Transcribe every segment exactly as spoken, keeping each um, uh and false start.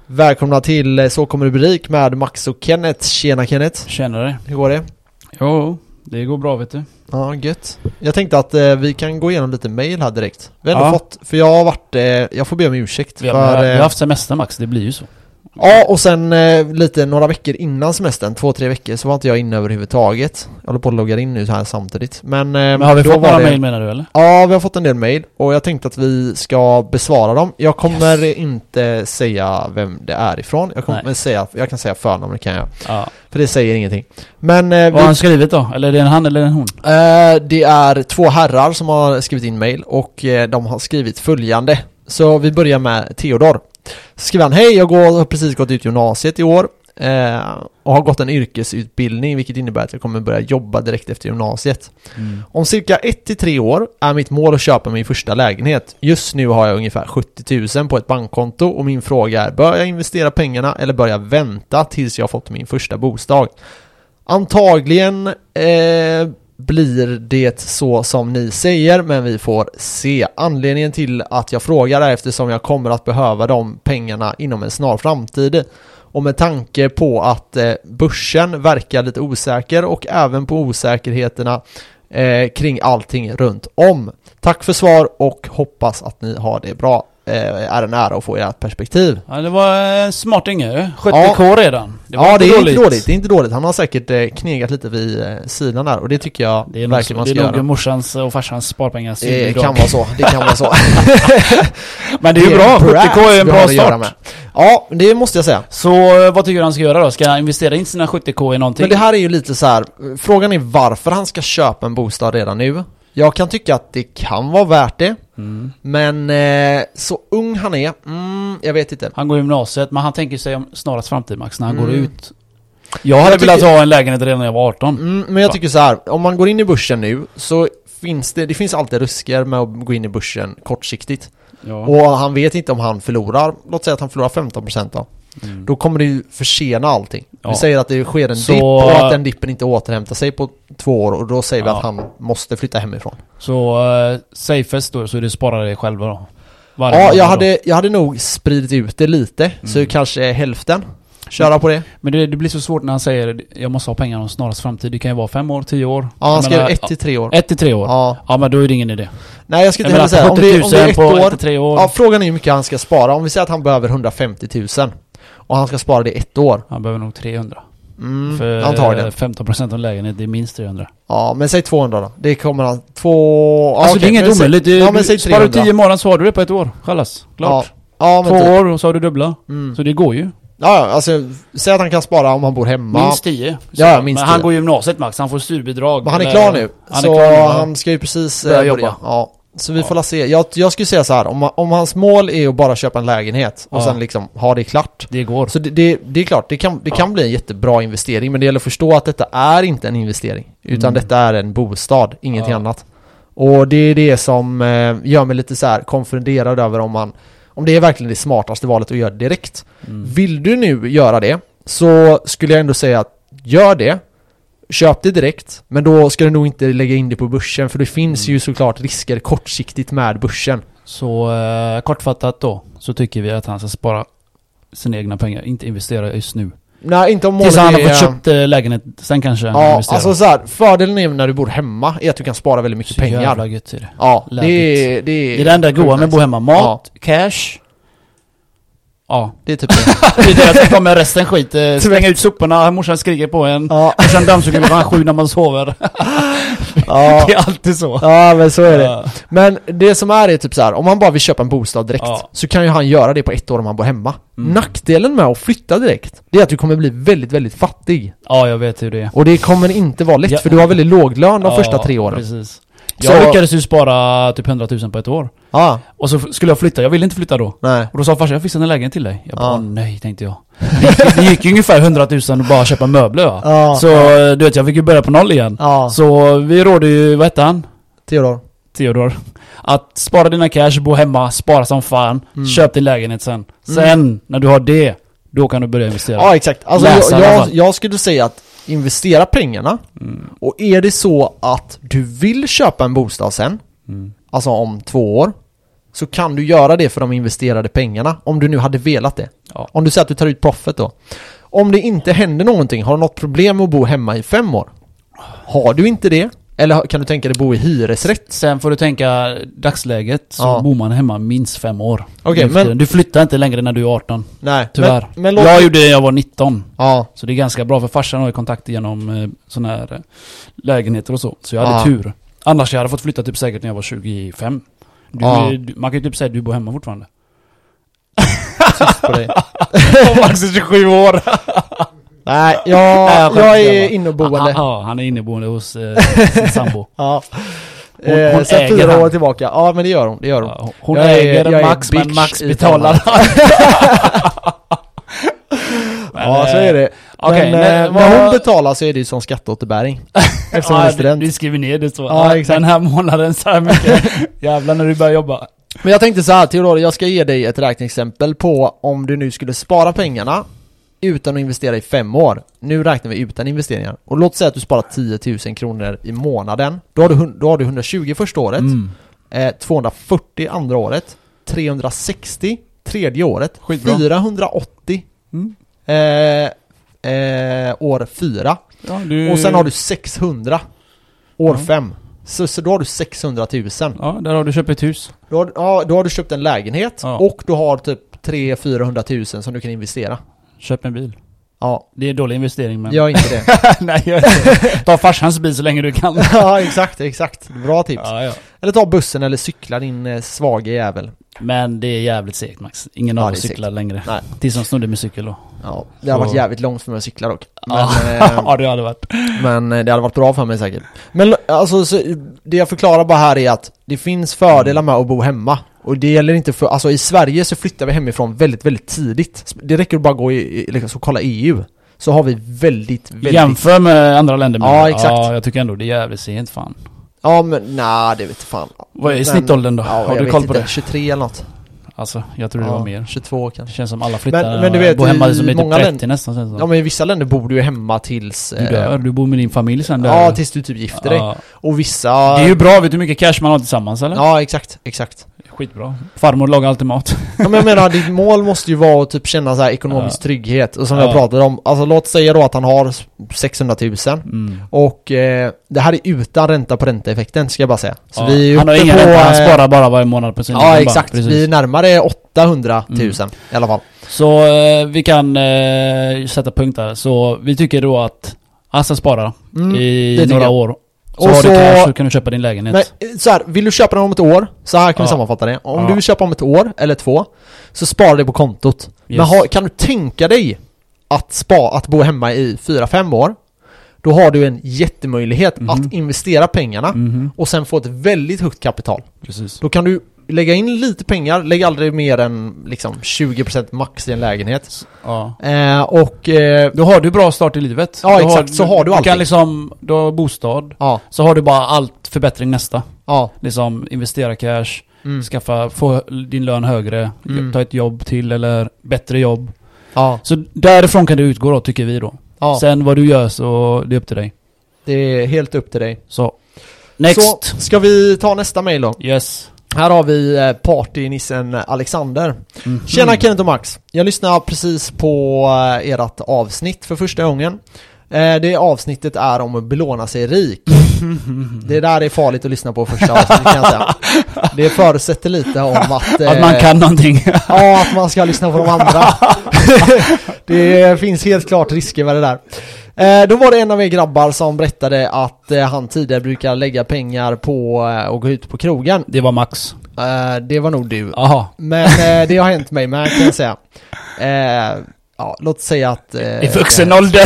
Välkomna till Så kommer rubrik med Max och Kenneth. Tjena Kenneth. Tjena dig. Hur går det? Jo, det går bra vet du. Ja, gött. Jag tänkte att eh, vi kan gå igenom lite mail här direkt. Vi har ändå Ja. fått, för jag har varit, eh, jag får be om ursäkt. Vi har, för, vi har eh, haft semester Max, det blir ju så. Ja, och sen eh, lite några veckor innan semestern, två, tre veckor, så var inte jag inne överhuvudtaget. Jag håller på att logga in nu här samtidigt. Men, eh, Men har vi då fått var några det... mejl menar du eller? Ja, vi har fått en del mejl och jag tänkte att vi ska besvara dem. Jag kommer Yes. inte säga vem det är ifrån. Jag kommer Nej. säga, jag kan säga förnamn, det kan jag. Ja. För det säger ingenting. Men eh, Vad vi, har han skrivit då? Eller är det en han eller en hon? eh, det är två herrar som har skrivit in mejl och eh, de har skrivit följande. Så vi börjar med Theodor. Så skriver han: hej, jag går, har precis gått ut gymnasiet i år eh, och har gått en yrkesutbildning, vilket innebär att jag kommer börja jobba direkt efter gymnasiet. Mm. Om cirka ett till tre år är mitt mål att köpa min första lägenhet. Just nu har jag ungefär sjuttio tusen på ett bankkonto och min fråga är: bör jag investera pengarna eller bör jag vänta tills jag har fått min första bostad? Antagligen eh, blir det så som ni säger, men vi får se. Anledningen till att jag frågar är eftersom jag kommer att behöva de pengarna inom en snar framtid. Och med tanke på att eh, börsen verkar lite osäker och även på osäkerheterna eh, kring allting runt om. Tack för svar och hoppas att ni har det bra. Eh, är en ära att få ert perspektiv. Ja, det var en smart inge. sjuttio K Ja. redan. Det var Ja, inte det är dåligt. inte dåligt. Det är inte dåligt. Han har säkert eh, knegat lite vid eh, sidan där och det tycker jag Det är, verkligen nog, man det ska är nog göra. morsans och farsans sparpengar. Det styrbidrag. kan vara så. Det kan vara så. Men det är ju bra. sjuttio K är en vi har bra att göra start. med. Ja, det måste jag säga. Så eh, vad tycker du han ska göra då? Ska han investera in sina sjuttio K i någonting? Men det här är ju lite så här. Frågan är varför han ska köpa en bostad redan nu. Jag kan tycka att det kan vara värt det. Mm. Men eh, så ung han är, mm, jag vet inte. Han går i gymnasiet, men han tänker sig om snarast framtid Max, när han Mm. går ut. Jag hade Jag velat tycker- ha en lägenhet redan när jag var arton. Mm, men jag Va? tycker så här, om man går in i börsen nu så finns det, det finns alltid risker med att gå in i börsen kortsiktigt. Ja. Och han vet inte om han förlorar, låt säga att han förlorar femton procent då. Mm. Då kommer det ju försena allting. Ja. Vi säger att det sker en Så- dipp och att den dippen inte återhämtar sig på två år och då säger vi Ja. att han måste flytta hemifrån. Så uh, safest då, så du sparar dig själva då? Varje Ja, månad jag då. hade, jag hade nog spridit ut det lite, så Mm. kanske hälften. Köra på det. Men det, det blir så svårt när han säger jag måste ha pengar om snarast framtid. Det kan ju vara fem år, tio år. Ja, han Jag skrev menar, ett till tre år. Ett till tre år? Ja. Ja. Men då är det ingen idé. Nej, jag skulle Jag inte menar, heller säga, om det, om det är ett på ett år. till tre år. Ja, frågan är hur mycket han ska spara. Om vi säger att han behöver hundrafemtio tusen och han ska spara det ett år. Han behöver nog trehundra. Mm, För antagligen. femton procent av lägenhet, det är minst trehundra. Ja, men säg tvåhundra då. Det kommer han... Två... Alltså ja, det är okej, inget men säg- omöjligt. Du, Ja, men du säg sparar du trehundra. tio månader så har du det på ett år. Chalas. Klart. Ja, ja men Två typ. år och så har du dubbla. Mm. Så det går ju. Ja, ja, alltså säg att han kan spara om han bor hemma. Minst tio. Så, Ja, ja, minst men han tio. går ju gymnasiet Max, han får styrbidrag. Men han är eller- klar nu. Han så är klar nu, ja. han ska ju precis eh, Börja börja. jobba. Ja. Så vi Ja. får la se. Jag, jag skulle säga så här, om, om hans mål är att bara köpa en lägenhet och Ja. sen liksom ha det klart. Det går. Så det, det, det är klart, det kan, det kan bli en jättebra investering, men det gäller att förstå att detta är inte en investering, utan Mm. detta är en bostad, ingenting Ja. annat. Och det är det som eh, gör mig lite så här konfunderad över om man, om det är verkligen det smartaste valet att göra direkt. Mm. Vill du nu göra det, så skulle jag ändå säga att gör det, köp det direkt, men då ska du nog inte lägga in det på börsen, för det finns Mm. ju såklart risker kortsiktigt med börsen. Så eh, kortfattat då, så tycker vi att han ska spara sina egna pengar, inte investera just nu. Nej, inte om målet Tills han har är... fått köpt eh, lägenhet, sen kanske han Ja, investerar. alltså så här, fördelen är när du bor hemma är att du kan spara väldigt mycket Så pengar. jävla gött är det. Ja, det Läbigt. är, det är... Det är det enda goa med att bo hemma. Mat, Ja, cash. Ja. det är typ det. Det är det att det kommer resten skit. Eh, Slänga ut soporna, morsan skriker på en. Ja, Morsan dammsuger klockan sju när man sover. ja, Det är alltid så. ja, men så är det. Ja. Men det som är är typ så här, om han bara vill köpa en bostad direkt, Ja. så kan ju han göra det på ett år om han bor hemma. Mm. Nackdelen med att flytta direkt, det är att du kommer bli väldigt, väldigt fattig. Ja, jag vet hur det är. Och det kommer inte vara lätt, Ja. för du har väldigt låg lön de Ja, första tre åren. Precis. Så- Jag lyckades ju spara typ hundratusen på ett år. Ja, Och så skulle jag flytta, jag ville inte flytta då. nej. Och då sa farsan, jag fixar en lägenhet till dig. Jag bara, Ja. "Åh, nej, tänkte jag. Det gick, det gick ju ungefär hundratusen att bara köpa möbler va? Ja, Så eh, du vet, jag fick ju börja på noll igen. ja. Så vi rådde ju, vad hette han? Theodor. Theodor. Att spara dina cash, bo hemma, spara som fan, Mm. köp din lägenhet sen. Sen, när du har det, då kan du börja investera. Ja, exakt. Alltså jag, Läsa i alla jag, fall. jag skulle säga att investera pengarna, Mm. och är det så att du vill köpa en bostad sen, Mm. alltså om två år, så kan du göra det för de investerade pengarna. Om du nu hade velat det. Ja. Om du säger att du tar ut profit då. Om det inte händer någonting, har du något problem med att bo hemma i fem år? Har du inte det? Eller kan du tänka dig bo i hyresrätt? Sen får du tänka dagsläget så Ja. bor man hemma minst fem år. Okej, Efter- men- Du flyttar inte längre när du är arton. Nej, Tyvärr. Men, men låt... Jag gjorde det när jag var nitton. Ja, Så det är ganska bra för farsan har ju kontakt genom eh, såna här eh, lägenheter och så. Så jag hade Ja. tur. Annars jag hade fått flytta typ säkert när jag var tjugofem. Du, Ja. du, man kan ju typ säga att du bor hemma fortfarande. tyst på dig. Max är tjugosju år. Nej, jag, Nej, jag jag är skämtar. inneboende. Ja, han är inneboende hos eh, sin sambo. Ja. Hon- Eh, hon sen äger fyra han. år tillbaka. Ja, men det gör hon. Det gör hon. Ja, hon Jag är- äger jag är Max, men bitch Max i betalar. Ja, så är det. Okej, men men eh, vad- när hon betalar så är det ju som skatteåterbäring. Eftersom hon är Ja, student. du skriver ner det så. Ja, Ja, exakt. den här månaden så här mycket. Jävlar när du börjar jobba. Men jag tänkte så här, Theodor, jag ska ge dig ett räkneexempel på om du nu skulle spara pengarna utan att investera i fem år. Nu räknar vi utan investeringar. Och låt säga att du sparar tio tusen kronor i månaden. Då har du, hun- då har du hundratjugo första året, Mm. eh, tvåhundrafyrtio andra året, trehundrasextio tredje året, Skitbra. fyrahundraåttio Mm. eh, eh, år fyra. Ja, du... Och sen har du sexhundra år Ja. fem. Så, så då har du sexhundratusen. Ja, där har du köpt ett hus. Då har, ja, då har du köpt en lägenhet Ja. och du har typ tre till fyrahundratusen som du kan investera. Köp en bil. Ja, Det är en dålig investering men... gör inte det. Nej, gör inte det. Ta farsans bil så länge du kan. Ja, exakt, exakt. Bra tips. Ja, ja. Eller ta bussen eller cykla din eh, svage jävel. Men det är jävligt segt Max. Ingen Ja, av det är oss cyklar segt. längre. Nej. Tills som snodde med cykel då. Ja, det har Så- varit jävligt långt för mig att cykla dock. Men, Ja, eh, ja det hade varit. men eh, det hade varit bra för mig säkert. Men alltså, så, det jag förklarar bara här är att det finns fördelar med att bo hemma. Och det gäller inte för, alltså i Sverige så flyttar vi hemifrån väldigt, väldigt tidigt. Det räcker att bara gå i, i liksom, så kolla E U. Så har vi väldigt, väldigt... Jämför med andra länder med. Ja, exakt. Ja, jag tycker ändå det är jävligt sent fan. Ja, men nej, det vet fan. Vad är Men- snittåldern då? Ja, Har jag du vet koll på inte. det? tjugotre eller något. Alltså, jag tror det Ja, var mer. tjugotvå Det kanske. känns som alla flyttar. Men- men du vet, bor hemma i som är typ många trettio länder- nästan. Sen så. Ja, men i vissa länder bor du ju hemma tills... Du dör, du bor med din familj sen dör Ja, du. tills du typ gifter dig. Ja. Och vissa... Det är ju bra, vet du hur mycket cash man har tillsammans eller? Ja, exakt, exakt. Skitbra. Farmor lagar alltid mat. Ja, men jag menar, ditt mål måste ju vara att typ känna så här ekonomisk Ja. trygghet. Och som Ja. jag pratade om, alltså låt säga då att han har sexhundratusen. Mm. Och eh, det här är utan ränta på ränta-effekten, ska jag bara säga. Så Ja. vi är ju Han har uppe ingen på... ränta, han eh, sparar bara varje månad på sin Ja, egen exakt. bank. Vi är närmare åttahundratusen i alla fall. Så eh, vi kan eh, sätta punkt där. Så vi tycker då att Assa sparar Mm, det i tycker några jag. år. Så Och har så- du cash så kan du köpa din lägenhet. Men så här, vill du köpa den om ett år, så här kan vi Ja. sammanfatta det. Om Ja. du vill köpa om ett år eller två, så spara det på kontot. Men Yes. ha, kan du tänka dig att, spa, att bo hemma i fyra fem år, då har du en jättemöjlighet Mhm. att investera pengarna Mhm. och sen få ett väldigt högt kapital. Precis. Då kan du lägga in lite pengar, lägg aldrig mer än liksom tjugo procent max i en lägenhet. Ja. Eh, och eh, Då har du bra start i livet. Ja, Då exakt. Så har du Du allting. kan liksom, du har bostad. ja, Så har du bara allt förbättring nästa. ja, Liksom investera cash, mm, skaffa, få din lön högre, Mm. ta ett jobb till eller bättre jobb. ja, Så därifrån kan du utgå då, tycker vi då. ja. Sen vad du gör så det är upp till dig. Det är helt upp till dig. Så. Next. Så ska vi ta nästa mejl då? Yes. Här har vi eh, partynissen Alexander. Mhm. Tjena Kenneth och Max. Jag lyssnar precis på eh, ert avsnitt för första gången. Eh, det avsnittet är om att belåna sig rik. Det där är farligt att lyssna på första avsnittet, kan jag säga. Det förutsätter lite om att... eh, Att man kan någonting. Ja, att man ska lyssna på de andra. Det finns helt klart risker med det där. Eh, då var det en av er grabbar som berättade att eh, han tidigare brukar lägga pengar på eh, och gå ut på krogen. Det var Max. Eh, det var nog du. Aha. Men eh, det har hänt mig med, kan jag säga. Eh, ja, låt säga att... Eh, I vuxen ålder.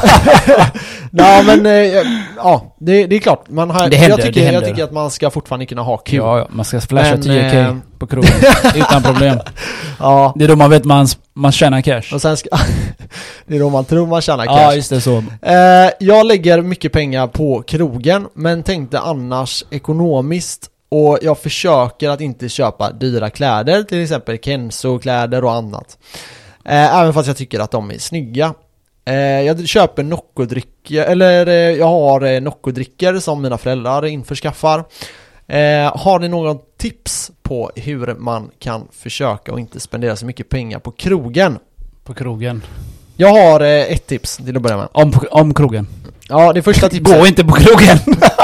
Nej, men eh, ja, det, det är klart. Man har, Det händer, jag, tycker, det händer. jag tycker att man ska fortfarande kunna ha kul. Ja, ja, man ska flasha Men, tio K eh, på krogen. Utan problem. Ja, Det är då man vet man, man tjänar cash. och sen ska... det är då man tror man tjänar cash. Ja, just det, så. Eh, jag lägger mycket pengar på krogen, men tänkte annars ekonomiskt, och jag försöker att inte köpa dyra kläder, till exempel Kenzo-kläder och annat. Eh, även fast jag tycker att de är snygga. Eh, jag köper Nocco-drycker, eller eh, jag har eh, Nocco-drycker som mina föräldrar införskaffar. Eh, har ni någon tips på hur man kan försöka och inte spendera så mycket pengar på krogen? På krogen. Jag har eh, ett tips till att börja med. Om, om krogen. Ja, det första tipset. Gå inte på krogen.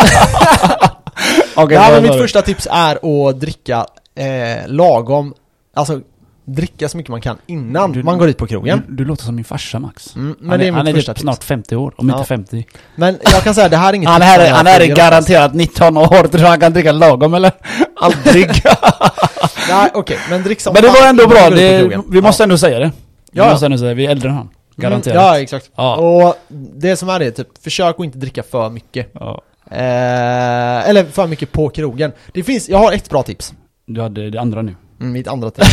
Okay, ja, men mitt första tips är att dricka eh, lagom, alltså dricka så mycket man kan innan du, man går dit på krogen. Du, du låter som min farsa, Max. Mm, men han det är, är, mitt han är första typ tips. Snart femtio år, om ja. inte femtio. Men jag kan säga, det här är inget han tips. Är, han är garanterat nitton år, tror han kan dricka lagom, eller? Aldrig. Nej, okej, okay, men drick som Men det var ändå bra, det, vi måste ja. ändå säga det. Vi ja. måste ändå säga, vi är äldre än han. Garanterat. Mm, ja, exakt. Ja. Och det som är det, typ, försök att inte dricka för mycket. Ja. Eh, eller för mycket på krogen. Det finns, jag har ett bra tips. Du hade det andra nu. Mm, mitt andra tips.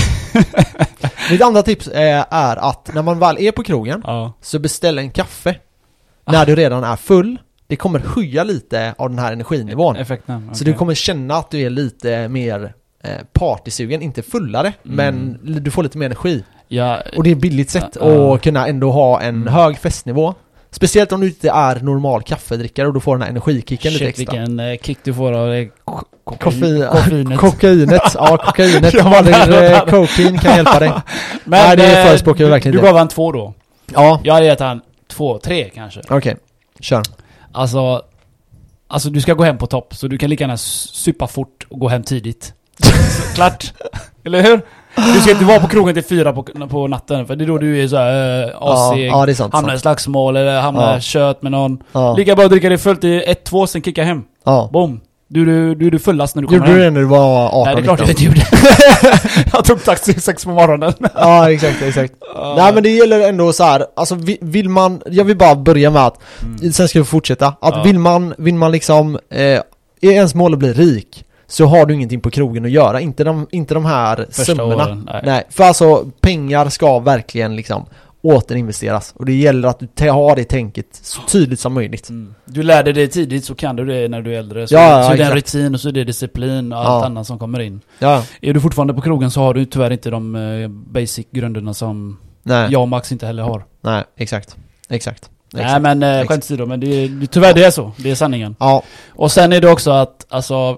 mitt andra tips är, är att när man väl är på krogen ja. så beställ en kaffe ah. när du redan är full. Det kommer höja lite av den här energinivån. Effekten, okay. Så du kommer känna att du är lite mer eh, partysugen, inte fullare, mm. men du får lite mer energi. Ja, och det är ett billigt sätt ja, ja. att kunna ändå ha en mm. hög festnivå. Speciellt om du inte är normal kaffedrickare och du får den här energikicken Shit, lite extra. vilken eh, kick du får av det Koffein, koffeinet. Kokainet. Ja, kokainet. ja, kokain kan hjälpa dig. Men nej, det förespråkar jag verkligen du inte. gav han två då. Ja. Jag hade gett han två, tre kanske. Okej, okay. Kör. Alltså, alltså du ska gå hem på topp, så du kan lika gärna supa fort och gå hem tidigt. Klart. Eller hur? Du ska inte vara på krogen till fyra på, på natten, för det är då du är så här äh, asig, ja, ja, det är sant, hamnar i slagsmål eller hamnar ja. kött med någon. Ja. Lika bra att dricka det fullt i ett, två, sen kicka hem. Ja. Boom. Du, du, du är du fullast när du kommer Gjorde hem. du det när du var arton? Nej, det är klart jag inte gjorde. Jag tog taxi sex på morgonen. Ja, exakt, exakt. Uh. Nej, men det gäller ändå så här. Alltså vill man, jag vill bara börja med att mm. sen ska vi fortsätta. Att uh. vill man, vill man liksom eh, är ens mål att bli rik, så har du ingenting på krogen att göra. Inte de, inte de här Första summorna. Åren, nej. nej, för alltså pengar ska verkligen liksom återinvesteras. Och det gäller att du har det tänket så tydligt som möjligt. Mm. Du lärde dig tidigt, så kan du det när du är äldre. Så, ja, så ja, är det en rutin och så är det disciplin och allt ja. annat som kommer in. Ja. Är du fortfarande på krogen så har du tyvärr inte de uh, basic grunderna som nej. jag och Max inte heller har. Nej, exakt. Exakt. Nej, exakt. men uh, skämt åsido, men det, det, tyvärr det är så. Det är sanningen. Ja. Och sen är det också att, alltså,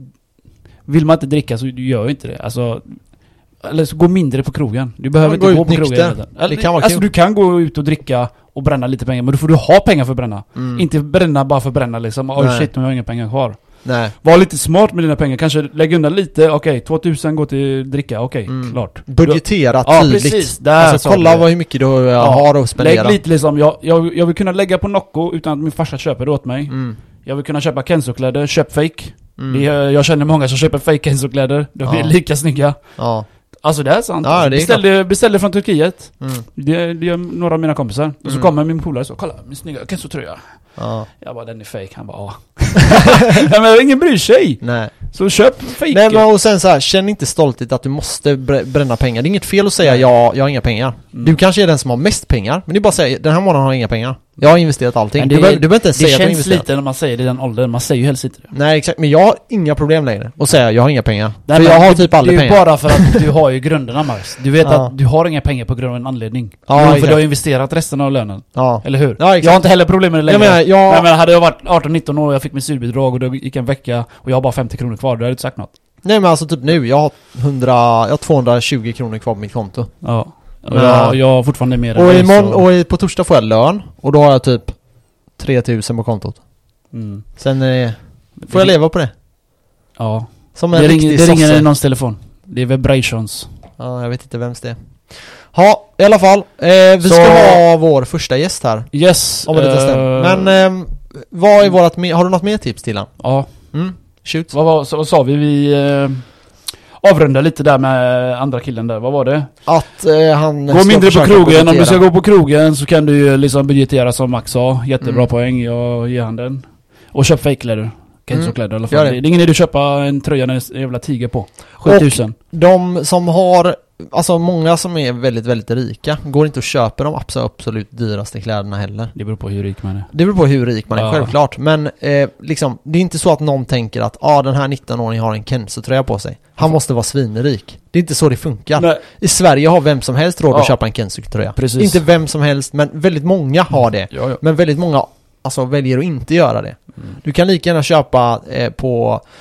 vill man inte dricka så du gör inte det. Alltså, eller så gå mindre på krogen. Du behöver gå inte gå på nykter. krogen. Eller, det kan vara alltså kul. du kan gå ut och dricka och bränna lite pengar, men då får du ha pengar för att bränna. Mm. Inte bränna bara för att bränna liksom. Oj Nej. shit, nu har jag inga pengar kvar. Nej. Var lite smart med dina pengar. Kanske lägg undan lite. Okej, okay, tvåtusen går till dricka. Okej, okay, mm. klart. Budgetera ja, tydligt. Precis. Alltså kolla vad, hur mycket du ja. har att spendera. Lägg lite liksom. Jag, jag, jag vill kunna lägga på Nocco utan att min farsa köper det åt mig. Mm. Jag vill kunna köpa Kenzo-kläder. Köp fake. Mm. Det, jag känner många som köper fake Kenzo-kläder. De ja. är lika snygga. Ja. Alltså det är sant. Ja, det är beställde, beställde från Turkiet. Mm. Det, det är några av mina kompisar. Och så mm. kommer min polare så, kolla, min snygga Kenzo-tröja. Ja. Jag bara, den är fake. Han bara, ja. Nej, men ingen bryr sig. Nej. Så köp fake. Nej, men och sen så här, känn inte stolthet att du måste bränna pengar. Det är inget fel att säga ja, jag har inga pengar. Mm. Du kanske är den som har mest pengar, men det är bara att säga, den här månaden har jag inga pengar. Jag har investerat allting. Det, du, behöver, du behöver inte det säga att du har investerat. Det känns lite när man säger det i den åldern. Man säger ju helst inte det. Nej, exakt. Men jag har inga problem längre att säga jag har inga pengar. Nej, för jag har det, typ aldrig pengar. Det är ju bara för att du har ju grunderna, Mars. Du vet ja. att du har inga pengar på grund av en anledning. Ja, jo, för exakt. du har investerat resten av lönen. Ja. Eller hur? Ja, exakt. Jag har inte heller problem med det längre. Jag menar, jag... Nej, men hade jag varit arton nitton år och jag fick min studiebidrag och det gick en vecka och jag har bara femtio kronor kvar, då hade jag inte sagt något. Nej, men alltså typ nu, jag har, hundra, jag har tvåhundratjugo kronor kvar på mitt konto. Ja. Och jag, jag har fortfarande mer och än imorgon, så... och i, på torsdag får jag lön. Och då har jag typ tre tusen på kontot. Mm. Sen eh, får jag leva på det. Ja. Som en det riktig ringer, det ringer sosse. någons telefon. Det är vibrations. Ja, jag vet inte vems det är. Ja, i alla fall. Eh, vi så... ska ha vår första gäst här. Yes. Om en liten stund. Uh... Men eh, vad är vårat me- har du något mer tips till han? Ja. Mm, shoot. Vad, var, så, vad sa vi? Vi eh, avrunda lite där med andra killen där. Vad var det? Att eh, han gå mindre på krogen. Om du ska gå på krogen så kan du ju liksom budgetera som Max sa. Jättebra mm. poäng. Jag ger han den. Och köp fake-kläder. Kenzo-kläder mm. i alla fall. Det. det är ingen idé att köpa en tröja när det är jävla tiger på. sjutusen. Och de som har, alltså många som är väldigt, väldigt rika går inte att köpa de absolut, absolut dyraste kläderna heller. Det beror på hur rik man är. Det beror på hur rik man är, ja. självklart. Men eh, liksom, det är inte så att någon tänker att ah, den här nitton-åringen har en Kenzo-tröja på sig. Han måste vara svinrik. Det är inte så det funkar. Nej. I Sverige har vem som helst råd ja. att köpa en Kenzo-tröja. Precis. Inte vem som helst, men väldigt många har det. Ja, ja. Men väldigt många alltså, väljer att inte göra det. Mm. Du kan lika gärna köpa eh, på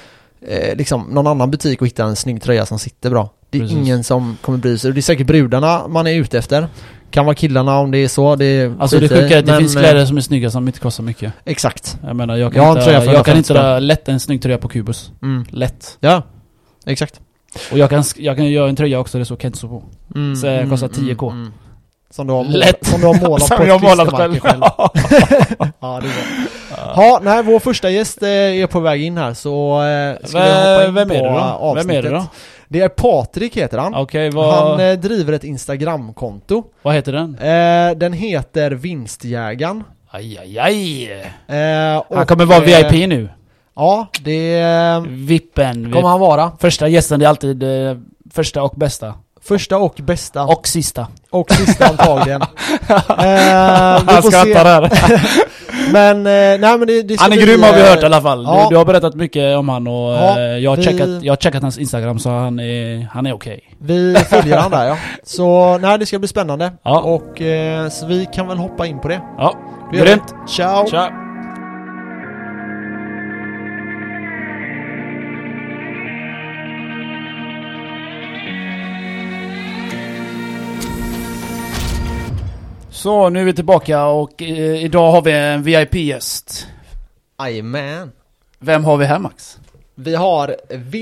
eh, liksom någon annan butik och hitta en snygg tröja som sitter bra. Det är Precis. ingen som kommer bry sig. Det är säkert brudarna man är ute efter. Kan vara killarna om det är så. Det är Alltså det sjuka är att det finns kläder som är snygga som inte kostar mycket. Exakt. Jag menar, jag kan Jag har en tröja inte, för jag kan hundrafemtio inte lätt en snygg tröja på Kubus. Mm. Lätt. Ja, exakt. Och jag kan, jag kan göra en tröja också, det är så Kenzo på. Mm, Så det kostar tio k. Mm, mm. Som du har, mål, Lätt. som du har målat Som på jag ett har målat själv. klistermärke Ja, det är bra. Ja, nej, vår första gäst eh, är på väg in här, så eh, ska vi hoppa in Vem på är det då? avsnittet. Vem är det då? Det är Patrik heter han. Okej, vad, Han eh, driver ett Instagramkonto. vad heter den? Eh, den heter Vinstjägaren. Aj, aj, aj. Eh, och, Han kommer vara eh, V I P nu. Ja, det eh, Vippen. kommer han vara. Första gästen, det är alltid eh, första och bästa. Första och bästa. Och sista. Och sista antagligen. eh, vi Han får se. skrattar här. Men, eh, nej men det, det ska Han är bli, grym har vi eh, hört i alla fall. ja. Du, du har berättat mycket om han och Ja, eh, jag, har vi- checkat, jag har checkat hans Instagram så han är, han är okej. Vi följer han där, ja. Så nej, det ska bli spännande. Ja. Och eh, så vi kan väl hoppa in på det. Ja, Vi gör det. grymt. Ciao! Tja. Så, nu är vi tillbaka och eh, idag har vi en V I P-gäst. Jajamän. Vem har vi här, Max? Vi har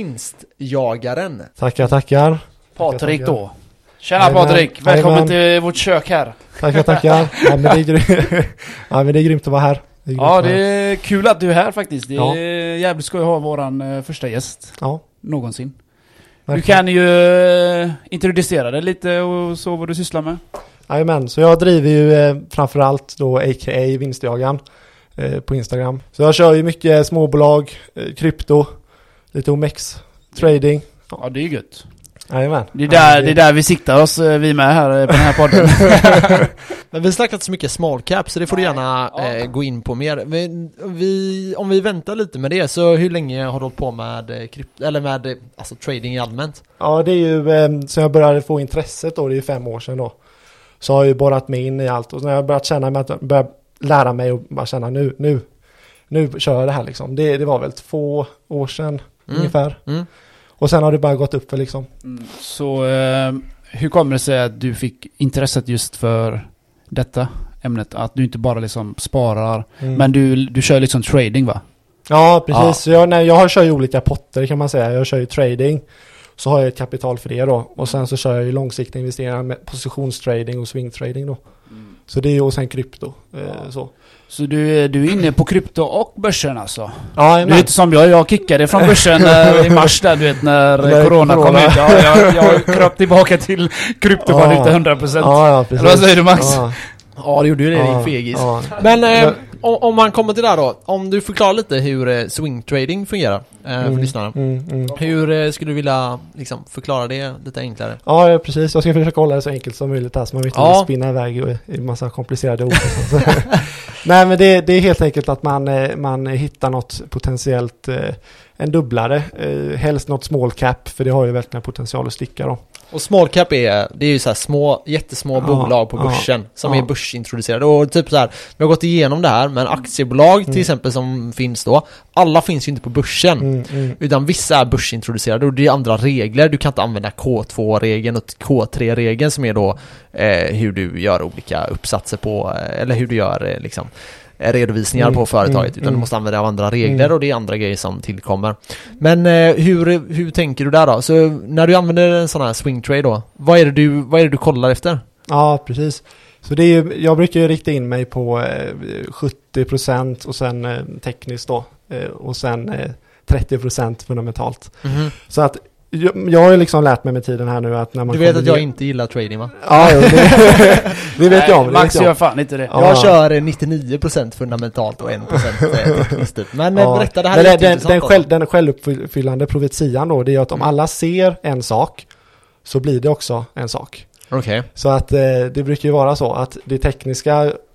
Vinstjagaren. Tackar, tackar. Patrik tackar. då. Tjena Jajamän. Patrik, välkommen Jajamän. till vårt kök här. Tackar, tackar. Ja, men det är grymt. Ja, men det är grymt att vara här. Det är grymt Ja, att vara det här. är kul att du är här faktiskt. Det Ja. är jävligt skoj att ha våran eh, första gäst Ja, någonsin. Du verkligen. kan ju eh, introducera dig lite och så vad du sysslar med. Jajamän, så jag driver ju eh, framförallt då a k a. Vinstjagaren eh, på Instagram. Så jag kör ju mycket småbolag, eh, krypto, lite O M X, trading. Ja, det är ju gött. Jajamän. Det är Ja, där, men det är där vi siktar oss, eh, vi med här eh, på den här podden. Men vi har snackat så mycket small cap, så det får du gärna Ja. eh, gå in på mer. Vi, vi, om vi väntar lite med det, så hur länge har du hållit på med eh, krypt, eller med eh, alltså trading i allmänt? Ja, det är ju eh, så jag började få intresset då, det är ju fem år sedan då. Så har jag ju borrat mig in i allt och när jag börjat känna mig att börja lära mig och bara känna nu, nu, nu kör jag det här liksom. Det, det var väl två år sedan Mm. ungefär. Mm. Och sen har det bara gått upp för liksom. Mm. Så eh, hur kommer det sig att du fick intresset just för detta ämnet? Att du inte bara liksom sparar, Mm. men du, du kör liksom trading, va? Ja, precis. Så jag, nej, jag har kör ju olika potter kan man säga. Jag kör ju trading. Så har jag ett kapital för det då. Och sen så kör jag ju långsiktiga investeringar med positionstrading och swingtrading då. Så det är ju och sen krypto. Eh, så. Så du, är- du är inne på krypto och börsen alltså? Ja, Du är men, inte som jag, jag kickade från börsen eh, i mars där, du vet, när När corona, kom corona. ut. Ja, jag, jag kröp tillbaka till kryptovaluta Ja. hundra procent. ja, ja, precis. Eller vad säger du, Max? Ja, Ja, det gjorde ju det, ja, din fegis. ja. Men eh, Men- om, om man kommer till det här då, om du förklarar lite hur eh, swing trading fungerar eh, för Mm, lyssnarna. mm, mm. Hur eh, skulle du vilja liksom, förklara det lite enklare? Ja, ja, precis. Jag ska försöka hålla det så enkelt som möjligt här så man inte Ja. ja. spinna iväg i en massa komplicerade ord. och sånt. Nej, men det, det är helt enkelt att man, eh, man hittar något potentiellt, eh, en dubblare, eh, helst något small cap, för det har ju verkligen potential att sticka då. Och small cap är, det är ju så här små, jättesmå Ja, bolag på ja, börsen som ja. är börsintroducerade. Och typ så här, vi har gått igenom det här, men aktiebolag till Mm. exempel som finns då, alla finns ju inte på börsen. Mm, mm. Utan vissa är börsintroducerade och det är andra regler. Du kan inte använda K två-regeln och K tre-regeln som är då eh, hur du gör olika uppsatser på, eh, eller hur du gör eh, liksom eh, redovisningar Mm, på företaget. mm, Utan mm. du måste använda av andra regler Mm. och det är andra grejer som tillkommer. Men eh, hur, hur tänker du där då? Så när du använder en sån här swing trade då, vad är det du, vad är det du kollar efter? Ja, precis. Så det är ju, jag brukar ju rikta in mig på eh, sjuttio procent och sen eh, tekniskt då. Eh, och sen eh, trettio procent fundamentalt. Så att jag, jag har ju liksom lärt mig med tiden här nu att när man Du vet att kommer jag ner- inte gillar trading, va? Ja, jo, det, det vet jag om. Det Max vet jag gör om. fan inte det. Ja. Jag kör eh, nittionio procent fundamentalt och en procent eh, tekniskt typ. Men eh, Ja. berätta, det här Men är den, den, jätteintressant den, då. själv, den självuppfyllande profetian då, det är att om Mm. alla ser en sak så blir det också en sak. Okej. Så att eh, det brukar ju vara så att det tekniska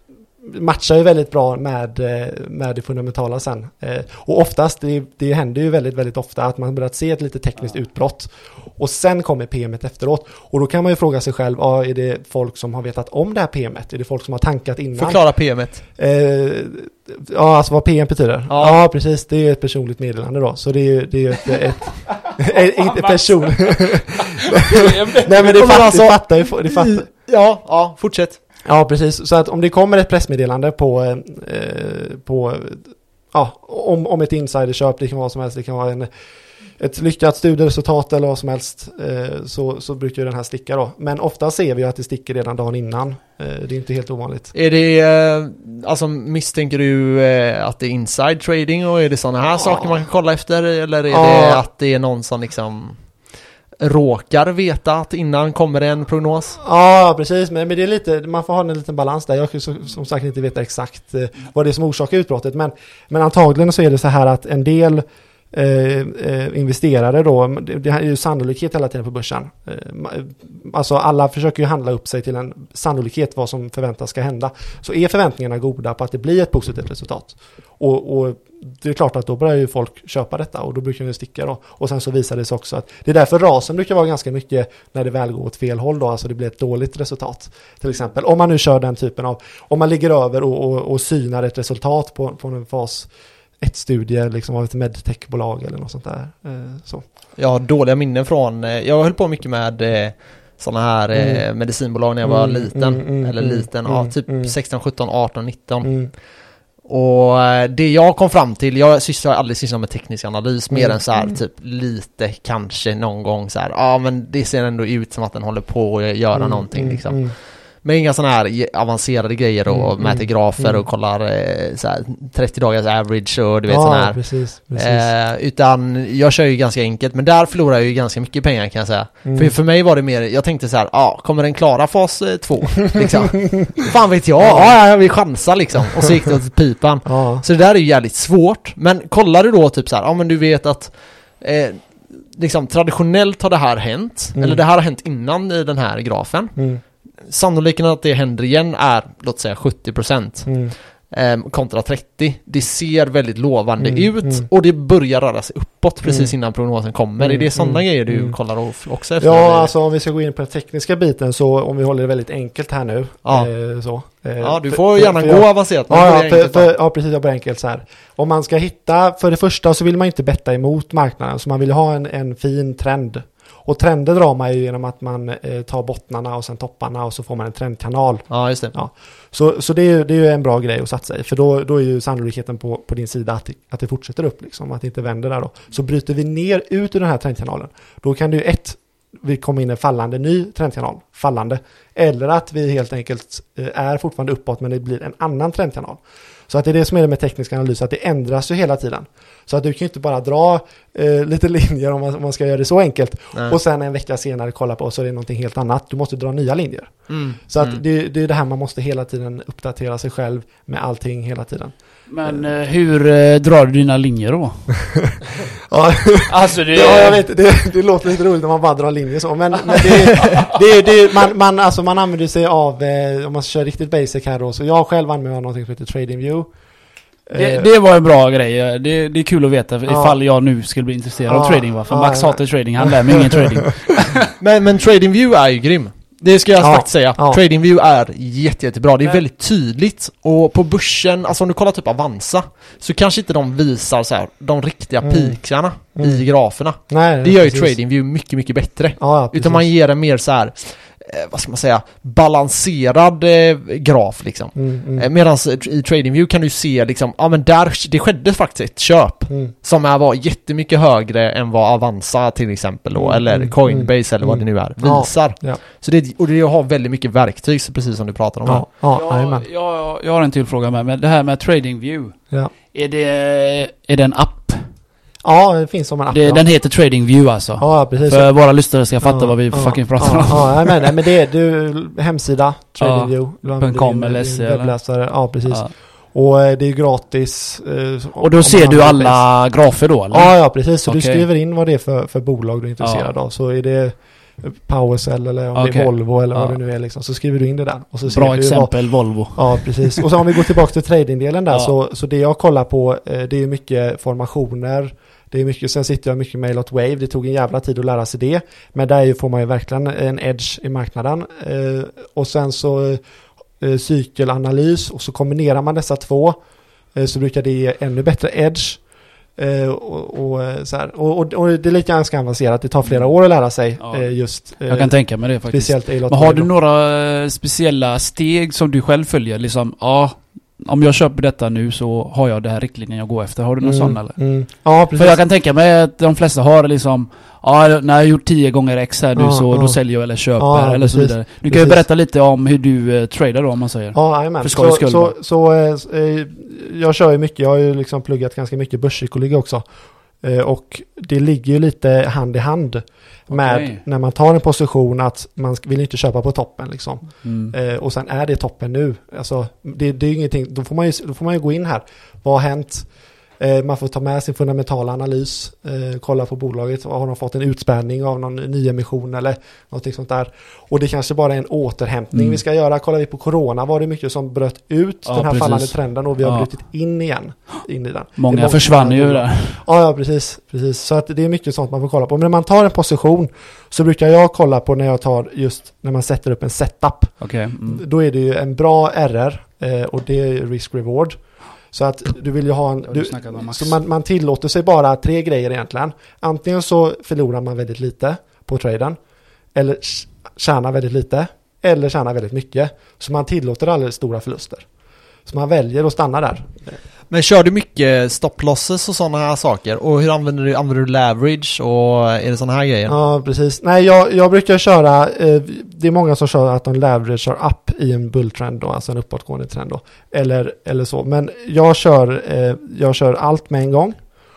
matchar ju väldigt bra med, med det fundamentala sen. Och oftast, det, det händer ju väldigt, väldigt ofta att man börjar se ett lite tekniskt utbrott. Och sen kommer P M:et efteråt. Och då kan man ju fråga sig själv, ja, är det folk som har vetat om det här P M:et? Är det folk som har tankat innan? Förklara P M:et. Eh, ja, alltså vad P M betyder. Ja. ja, precis. Det är ett personligt meddelande då. Så det är ju det är ett, ett, ett, inte person. Nej, men det fattar, alltså, det fattar ju. Det fattar. Ja, ja, fortsätt. Ja, precis. Så att om det kommer ett pressmeddelande på, eh, på ja, om, om ett insiderköp, det kan vara vad som helst, det kan vara en, ett lyckat studieresultat eller vad som helst, eh, så, så brukar ju den här sticka då. Men ofta ser vi att det sticker redan dagen innan. Eh, det är inte helt ovanligt. Är det, eh, alltså misstänker du eh, att det är inside trading och är det sådana här ja. saker man kan kolla efter? Eller är ja. det att det är någon som liksom råkar veta att innan kommer det en prognos? Ja, precis. Men, men det är lite, man får ha en liten balans där. Jag kan som, som sagt inte veta exakt eh, vad det är som orsakar utbrottet. Men, men antagligen så är det så här att en del eh, eh, investerare då, det, det är ju sannolikhet hela tiden på börsen. Eh, alltså alla försöker ju handla upp sig till en sannolikhet vad som förväntas ska hända. Så är förväntningarna goda på att det blir ett positivt resultat. Och, och det är klart att då börjar ju folk köpa detta och då brukar det sticka då. Och sen så visar det sig också att det är därför rasen brukar vara ganska mycket när det väl går åt fel håll då, alltså det blir ett dåligt resultat. Till exempel om man nu kör den typen av, om man ligger över och, och, och synar ett resultat på, på en fas ett studie liksom av ett medtechbolag eller något sånt där. Eh, så. Jag har dåliga minnen från, jag höll på mycket med eh, sådana här eh, mm. medicinbolag när jag var mm, liten, mm, mm, eller liten, mm, ja, typ mm. sexton, sjutton, arton, nitton. Mm. Och det jag kom fram till, jag sysslar aldrig sysslar med teknisk analys mer mm. än så här typ lite kanske någon gång så här, ja men det ser ändå ut som att den håller på att göra mm. någonting liksom. Mm. Men inga sådana här avancerade grejer och mm. mäter grafer mm. och kollar eh, så här, trettio dagars average och du vet ja, sån här. Precis, precis. Eh, utan jag kör ju ganska enkelt, men där förlorar jag ju ganska mycket pengar kan jag säga. Mm. För, för mig var det mer, jag tänkte så här, ja ah, kommer den klara fas eh, två liksom? Fan vet jag, ja ah, jag vill chansa liksom. Och så gick det åt pipan. Ja. Så det där är ju jävligt svårt. Men kollar du då typ så här, ja ah, men du vet att eh, liksom traditionellt har det här hänt, mm. eller det här har hänt innan i den här grafen. Mm. Sannolikheten att det händer igen är, låt säga, sjuttio procent mm. eh, kontra trettio. Det ser väldigt lovande mm, ut mm. och det börjar röra sig uppåt precis mm. innan prognosen kommer. Mm, är det sådana mm, grejer du mm. kollar också efter? Ja, alltså om vi ska gå in på den tekniska biten, så om vi håller det väldigt enkelt här nu. Ja, eh, så, eh, ja du får för, gärna för, gå för avancerat. Ja, ja, för, för, ja, precis, jag börjar enkelt så här. Om man ska hitta, för det första så vill man inte betta emot marknaden, så man vill ha en, en fin trend. Och trender drar man ju genom att man eh, tar bottnarna och sen topparna och så får man en trendkanal. Ja, just det. Ja. Så, så det är ju det är ju en bra grej att satsa i. För då, då är ju sannolikheten på, på din sida att det, att det fortsätter upp, liksom, att det inte vänder där då. Så bryter vi ner ut ur den här trendkanalen. Då kan det ju ett, vi kommer in en fallande ny trendkanal. Fallande. Eller att vi helt enkelt eh, är fortfarande uppåt men det blir en annan trendkanal. Så att det är det som är det med teknisk analys, att det ändras ju hela tiden. Så att du kan ju inte bara dra eh, lite linjer om man, om man ska göra det så enkelt. Nej. Och sen en vecka senare kolla på så är det någonting helt annat. Du måste dra nya linjer. Mm. Så att mm. det, det är det här man måste hela tiden uppdatera sig själv med allting hela tiden. Men eh, hur eh, drar du dina linjer då? ja, alltså det... ja, jag vet, det, det låter lite roligt när man bara drar linjer så. Men, men det, det, det, man, man, alltså man använder sig av, eh, om man kör riktigt basic här då. Så jag själv använder något som heter TradingView. Det, det var en bra grej. Det, det är kul att veta ifall ja. jag nu skulle bli intresserad ja. av trading. Va? För ja, Max ja. hatar trading, han lär mig ingen trading. men, men TradingView är ju grym. Det ska jag ja. faktiskt säga. Ja. TradingView är jätte, jättebra. Det är men. väldigt tydligt. Och på börsen, alltså om du kollar typ Avanza, så kanske inte de visar så här, de riktiga mm. pikarna mm. i graferna. Nej, det gör ju TradingView mycket, mycket bättre. Ja, utan man ger en mer så här, vad ska man säga, balanserad eh, graf liksom. Mm, mm. Medan i TradingView kan du se liksom, ja men där, det skedde faktiskt ett köp mm. som är, var jättemycket högre än vad Avanza till exempel då, mm, eller Coinbase mm, eller vad det nu är, visar. Ja, ja. Så det, och det har väldigt mycket verktyg, precis som du pratar om. Ja, ja, ja, jag, jag har en till fråga med, men det här med TradingView, ja. är, det, är det en app? Ja, det finns som en app. Det, ja. Den heter TradingView alltså. Ja, precis. För våra lyssnare ska fatta ja, vad vi ja, fucking pratar ja, om. Ja, jag menar, men det är du, hemsida, TradingView. Ja, .com eller S E webbläsare. Ja, precis. Ja. Och det är gratis. Eh, och då ser du alla grafer då? Eller? Ja, ja, precis. Så okay. du skriver in vad det är för, för bolag du är intresserad ja. av. Så är det PowerCell eller om okay. det är Volvo eller ja. vad det nu är liksom. Så skriver du in det där. Och så Bra ser exempel, vad, Volvo. Ja, precis. Och så om vi går tillbaka till tradingdelen där, ja. så, så det jag kollar på, det är mycket formationer. Det är mycket, sen sitter jag mycket med Elot Wave. Det tog en jävla tid att lära sig det. Men där får man ju verkligen en edge i marknaden. Eh, och sen så eh, cykelanalys. Och så kombinerar man dessa två. Eh, så brukar det ge ännu bättre edge. Eh, och, och, så här. Och, och, och det är lite ganska avancerat. Det tar flera år att lära sig. Ja. Eh, just, eh, jag kan tänka mig det faktiskt. Speciellt Elot Men har Wave du då. några speciella steg som du själv följer? Liksom, ja... Om jag köper detta nu så har jag det här riktlinjen jag går efter. Har du någon mm, sån eller? Mm. Ja, precis. För jag kan tänka mig att de flesta har liksom, ja, när jag har gjort tio gånger X här nu ja, så ja. då säljer jag eller köper ja, eller precis, så vidare. Du kan precis. ju berätta lite om hur du uh, tradar då, om man säger. Ja, amen. För skojs skull. Så, så, så eh, jag kör ju mycket. Jag har ju liksom pluggat ganska mycket börspsykologi också. Eh, och det ligger ju lite hand i hand med Okay. när man tar en position att man vill inte köpa på toppen liksom. Mm. Eh, och sen är det toppen nu. Alltså, det, det är ju ingenting. Då får man ju, då får man ju gå in här. Vad har hänt? Eh, man får ta med sin fundamentala analys. Eh, kolla på bolaget. Har de fått en utspädning av någon nyemission eller något sånt där? Och det kanske bara är en återhämtning Mm. vi ska göra. Kollar vi på corona var det mycket som bröt ut Ja, den här precis. fallande trenden och vi har Ja. brutit in igen in i den. Många, många försvann ju bolag. där. Ja, ja, precis, precis. Så att det är mycket sånt man får kolla på. Men när man tar en position så brukar jag kolla på när jag tar just när man sätter upp en setup. Okay. Mm. Då är det ju en bra R R eh, och det är risk-reward. Så att du vill ju ha en... Det har du Du, snackat om, Max. så man, man tillåter sig bara tre grejer egentligen. Antingen så förlorar man väldigt lite på traden. Eller tjänar väldigt lite. Eller tjänar väldigt mycket. Så man tillåter alldeles stora förluster. Så man väljer att stanna där. Men kör du mycket stop-losses och sådana här saker? Och hur använder du, använder du leverage och är det sådana här grejer? Ja, precis. Nej, jag, jag brukar köra, eh, det är många som kör att de leveragear upp i en bulltrend då, alltså en uppåtgående trend då. Eller, eller så. Men jag kör, eh, jag kör allt med en gång.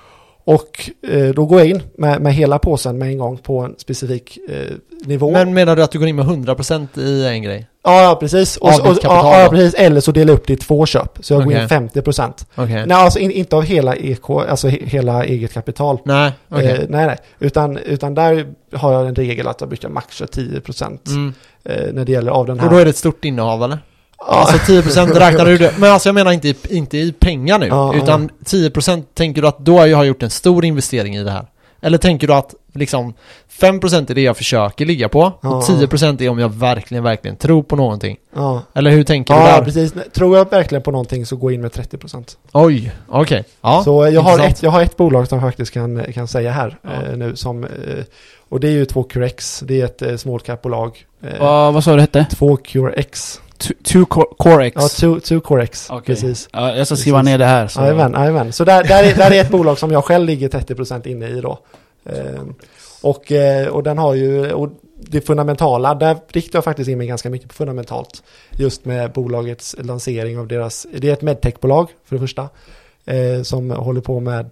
Och eh, då går jag in med, med hela påsen med en gång på en specifik eh, nivå. Men menar du att du går in med hundra procent i en grej? Ja, ja, precis. Och, Av och, ditt kapital ja, ja, då? precis. Eller så delar jag upp det i två köp. Så jag går Okej. in femtio procent. Okej. Okay. Nej, alltså in, inte av hela E K, alltså he, hela eget kapital. Nej, okej. Okay. Eh, nej, nej. Utan, utan där har jag en regel att jag brukar maxa tio procent Mm. eh, när det gäller av den här. Och då är det ett stort innehav, eller? Ja. Alltså tio procent räknar du det. Men alltså jag menar inte i, inte i pengar nu. Ja, utan tio procent tänker du att då har jag gjort en stor investering i det här. Eller tänker du att liksom fem procent är det jag försöker ligga på. Ja, och tio procent är om jag verkligen, verkligen tror på någonting. Ja, Eller hur tänker du ja där? precis. Tror jag verkligen på någonting så går jag in med trettio procent. Oj, okej. Okay. Ja, så jag har, intressant. ett, jag har ett bolag som jag faktiskt kan, kan säga här Ja. eh, nu. Som, eh, och det är ju två Q R X. Det är ett eh, small cap-bolag. Eh, Uh, vad sa du det hette? två Q R X. two Core X. Ja, två, två Core X. Okej. Precis. Ja, jag ska skriva Precis. ner det här. Så. Jajamän, jajamän. Så där, där, är, där är ett bolag som jag själv ligger trettio procent inne i då. Eh, och, eh, och den har ju, och det fundamentala, där riktar jag faktiskt in mig ganska mycket på fundamentalt. Just med bolagets lansering av deras, det är ett medtechbolag för det första. Eh, som håller på med,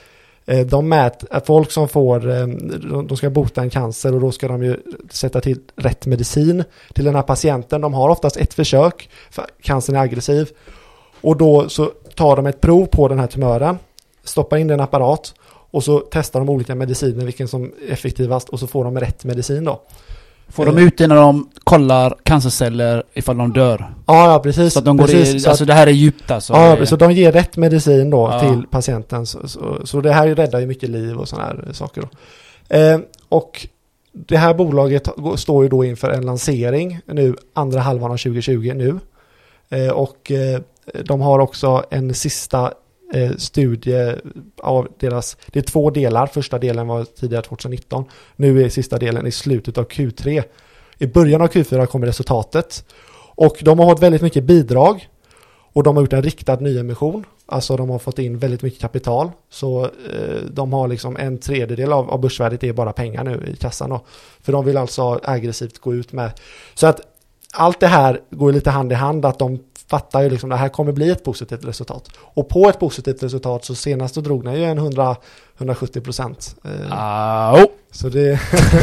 eh, de mäter, folk som får, eh, de ska bota en cancer och då ska de ju sätta till rätt medicin till den här patienten. De har oftast ett försök, för cancern är aggressiv. Och då så tar de ett prov på den här tumören, stoppar in den apparat och så testar de olika mediciner, vilken som är effektivast och så får de rätt medicin då. Får de ut det när de kollar cancerceller ifall de dör? Ja, ja precis. Så att de går precis, i, så alltså att, det här är djupt alltså. ja, det är, så de ger rätt medicin då Ja. till patienten. Så, så, så det här räddar ju mycket liv och sådana här saker då. Eh, och det här bolaget står ju då inför en lansering nu, andra halvan av tjugo tjugo nu. Eh, och eh, de har också en sista eh, studie av deras, det är två delar. Första delen var tidigare tjugonitton. Nu är sista delen i slutet av Q tre. I början av Q fyra kommer resultatet. Och de har fått väldigt mycket bidrag. Och de har gjort en riktad nyemission. Alltså de har fått in väldigt mycket kapital. Så eh, de har liksom en tredjedel av, av börsvärdet är bara pengar nu i kassan. Då. För de vill alltså aggressivt gå ut med. Så att allt det här går lite hand i hand. Att de fattar ju liksom att det här kommer bli ett positivt resultat. Och på ett positivt resultat så senast så drog den ju en hundra till hundrasjuttio procent. Eh, Ah, oh. så det...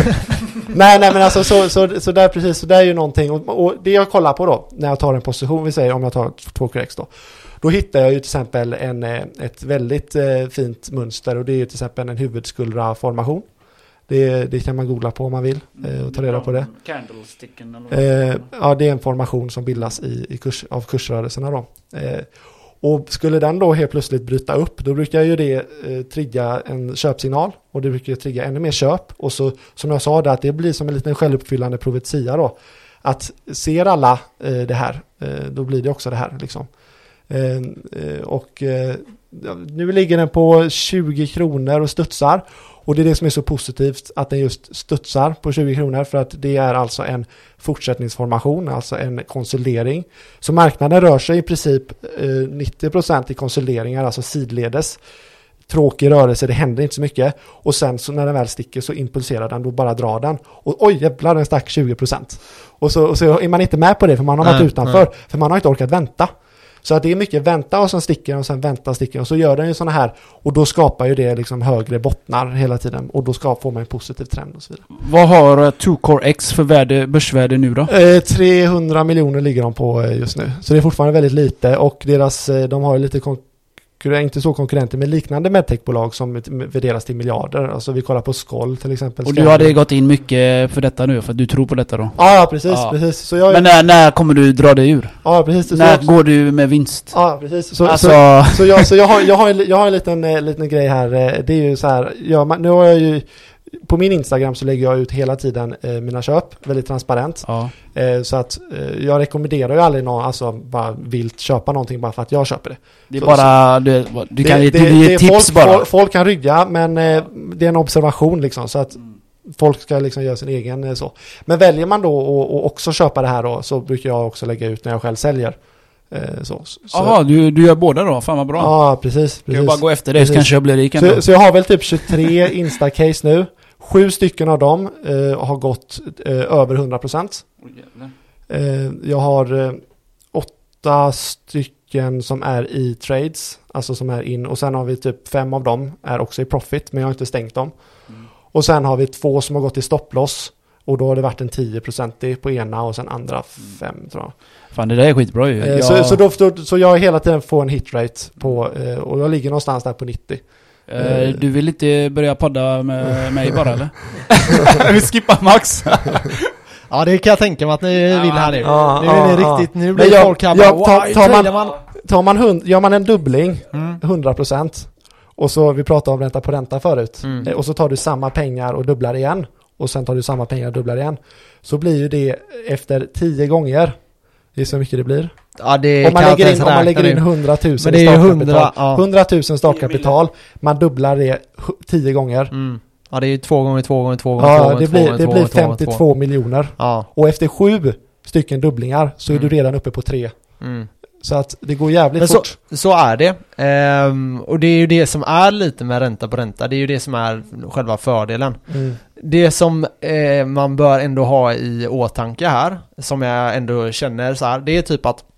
nej, nej, men alltså så, så, så där precis, så där är ju någonting. Och, och det jag kollar på då, när jag tar en position, vi säger om jag tar två Q R X då. Då hittar jag ju till exempel en, ett väldigt eh, fint mönster och det är ju till exempel en huvudskuldra formation. Det, det kan man googla på om man vill eh, och ta reda på det. Candlesticken eller eh, Ja, det är en formation som bildas i, i kurs, av kursrörelserna då. Eh, och skulle den då helt plötsligt bryta upp, då brukar ju det eh, trigga en köpsignal och det brukar ju trigga ännu mer köp. Och så som jag sa där, att det blir som en liten självuppfyllande profetia då. Att ser alla eh, det här, eh, då blir det också det här liksom. Eh, eh, och eh, nu ligger den på tjugo kronor och studsar. Och det är det som är så positivt, att den just studsar på tjugo kronor, för att det är alltså en fortsättningsformation, alltså en konsolidering. Så marknaden rör sig i princip eh, nittio procent i konsolideringar, alltså sidledes. Tråkig rörelse, det händer inte så mycket. Och sen så när den väl sticker så impulserar den, då bara drar den. Och oj jävlar, den stack tjugo procent. Och så, och så är man inte med på det, för man har varit nej, utanför. Nej. För man har inte orkat vänta. Så att det är mycket vänta och sen sticker och sen vänta och sticker. Och så gör den ju såna här. Och då skapar ju det liksom högre bottnar hela tiden. Och då ska, får man en positiv trend och så vidare. Vad har uh, two core X för värde, börsvärde nu då? Eh, trehundra miljoner ligger de på eh, just nu. Så det är fortfarande väldigt lite. Och deras, eh, de har ju lite konkurrenter, inte så konkurrenter, men liknande medtechbolag som värderas till miljarder. Alltså vi kollar på Skoll till exempel. Och du hade gått in mycket för detta nu, för att du tror på detta då? Ja, ja precis. Ja. precis. Så jag, Men när, när kommer du dra dig ur? ja, precis. Så När jag, går du med vinst? ja, precis. Så, Alltså... så, så, jag, så jag, har, jag, har en, jag har en liten, eh, liten grej här. Eh, Det är ju så här, jag, nu har jag ju på min Instagram så lägger jag ut hela tiden eh, mina köp, väldigt transparent. Ja. Eh, så att eh, jag rekommenderar ju aldrig någon, alltså bara vilt köpa någonting bara för att jag köper det. Det är Så- bara, du, du kan ge det, det, det, det, tips folk, bara. Folk, folk kan rygga, men eh, det är en observation liksom, så att folk ska liksom göra sin egen eh, så. Men väljer man då och, och också köpa det här då, så brukar jag också lägga ut när jag själv säljer. Eh, så, så, Jaha, du, du gör båda då? Fan vad bra. Ja, precis. Kan jag precis. bara gå efter dig så Precis. kanske jag blir rik ändå. Så, så jag har väl typ tjugotre Insta-case nu. Sju stycken av dem eh, har gått eh, över hundra procent. Eh, jag har eh, åtta stycken som är i trades, alltså som är in, och sen har vi typ fem av dem är också i profit, men jag har inte stängt dem. Mm. Och sen har vi två som har gått i stopploss, och då har det varit en tio procent på ena och sen andra fem tror jag. Fan, det där är skitbra ju. Eh, jag... Så, så, då, då, så jag hela tiden får en hitrate på, eh, och jag ligger någonstans där på nittio. Eh, du vill inte börja podda med mig bara eller? Vi skippar Max. Ja, det kan jag tänka mig att ni vill här nu. Ja, nu är ja, ni ja. riktigt, nu Men blir jag- folk här jag- bara, tar- "Wow, tar man- tradar man?" Tar man hund, gör man en dubbling, Mm. hundra procent, och så vi pratade om ränta på ränta förut, Mm. eh, och så tar du samma pengar och dubblar igen, och sen tar du samma pengar och dubblar igen, så blir ju det efter tio gånger, det är så mycket det blir. Ja, det Om man kan jag lägger inte in, ens om man räkna lägger in nu. hundratusen Men det är ju startkapital, hundra, ja. hundratusen startkapital, man dubblar det hu- tio gånger. Mm. Ja, det är ju två gånger två gånger två gånger två Ja, gånger det två blir, gånger det två blir gånger två gånger två. femtiotvå miljoner. Ja. Och efter sju stycken dubblingar så är Mm. du redan uppe på tre. Mm. Så att det går jävligt Men så, fort. så är det. Ehm, och det är ju det som är lite med ränta på ränta. Det är ju det som är själva fördelen. Mm. Det som eh, man bör ändå ha i åtanke här, som jag ändå känner så här, det är typ att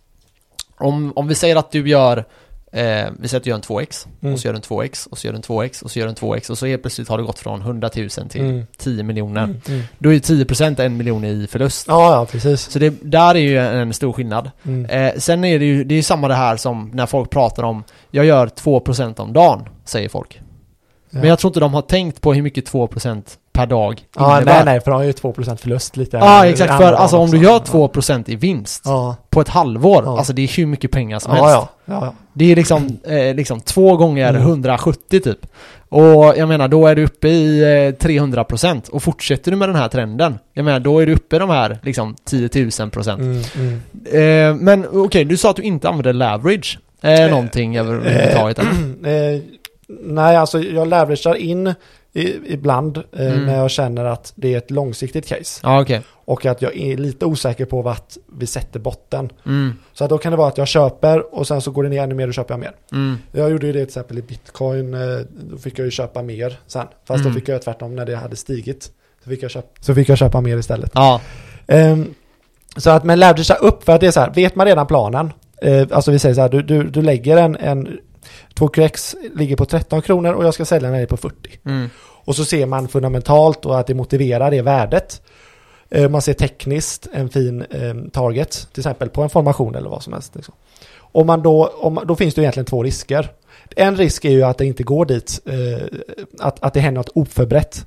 om, om vi säger att du gör eh, vi säger att du gör en två x, Mm. och så gör du en två x, och så gör du en två x, och så gör du en två x, och så helt plötsligt har du gått från hundratusen till Mm. tio miljoner. Mm. Mm. Då är ju tio procent en miljon i förlust. Ja, ja, precis. Så det, där är ju en stor skillnad. Mm. Eh, sen är det ju det är ju samma det här som när folk pratar om jag gör två procent om dagen, säger folk. Ja. Men jag tror inte de har tänkt på hur mycket två procent per dag Ja, innebär. nej, nej, för de har ju två procent förlust lite. Ja, exakt. För alltså om du också. gör två procent i vinst Ja, på ett halvår, Ja. alltså det är hur mycket pengar som ja, helst. ja, ja, ja. Det är liksom, eh, liksom två gånger Mm. hundrasjuttio typ. Och jag menar, då är du uppe i eh, trehundra procent. Och fortsätter du med den här trenden, jag menar, då är du uppe i de här liksom tio tusen procent. Mm, mm. Eh, men okej, okay, du sa att du inte använder leverage. Eh, Eh, någonting överhuvudtaget. eller? Eh, nej, alltså jag leveragear in i, ibland eh, Mm. när jag känner att det är ett långsiktigt case. Ja, okej. Och att jag är lite osäker på vart vi sätter botten. Mm, Så att då kan det vara att jag köper och sen så går det ner ännu mer och köper jag mer. mm, Jag gjorde ju det till exempel i Bitcoin. eh, Då fick jag ju köpa mer sen. Fast Mm. då fick jag tvärtom när det hade stigit. Så fick jag köpa, så fick jag köpa mer istället. ja. Ehm, så att man lärde sig upp, för att det är så här, vet man redan planen, eh, alltså vi säger så här, du, du, du lägger en, en två Q X ligger på tretton kronor och jag ska sälja den här på fyrtio. Mm, Och så ser man fundamentalt och att det motiverar det värdet. Eh, man ser tekniskt en fin eh, target, till exempel på en formation eller vad som helst. Liksom. Om man då, om, då finns det egentligen två risker. En risk är ju att det inte går dit, eh, att, att det händer något oförberett.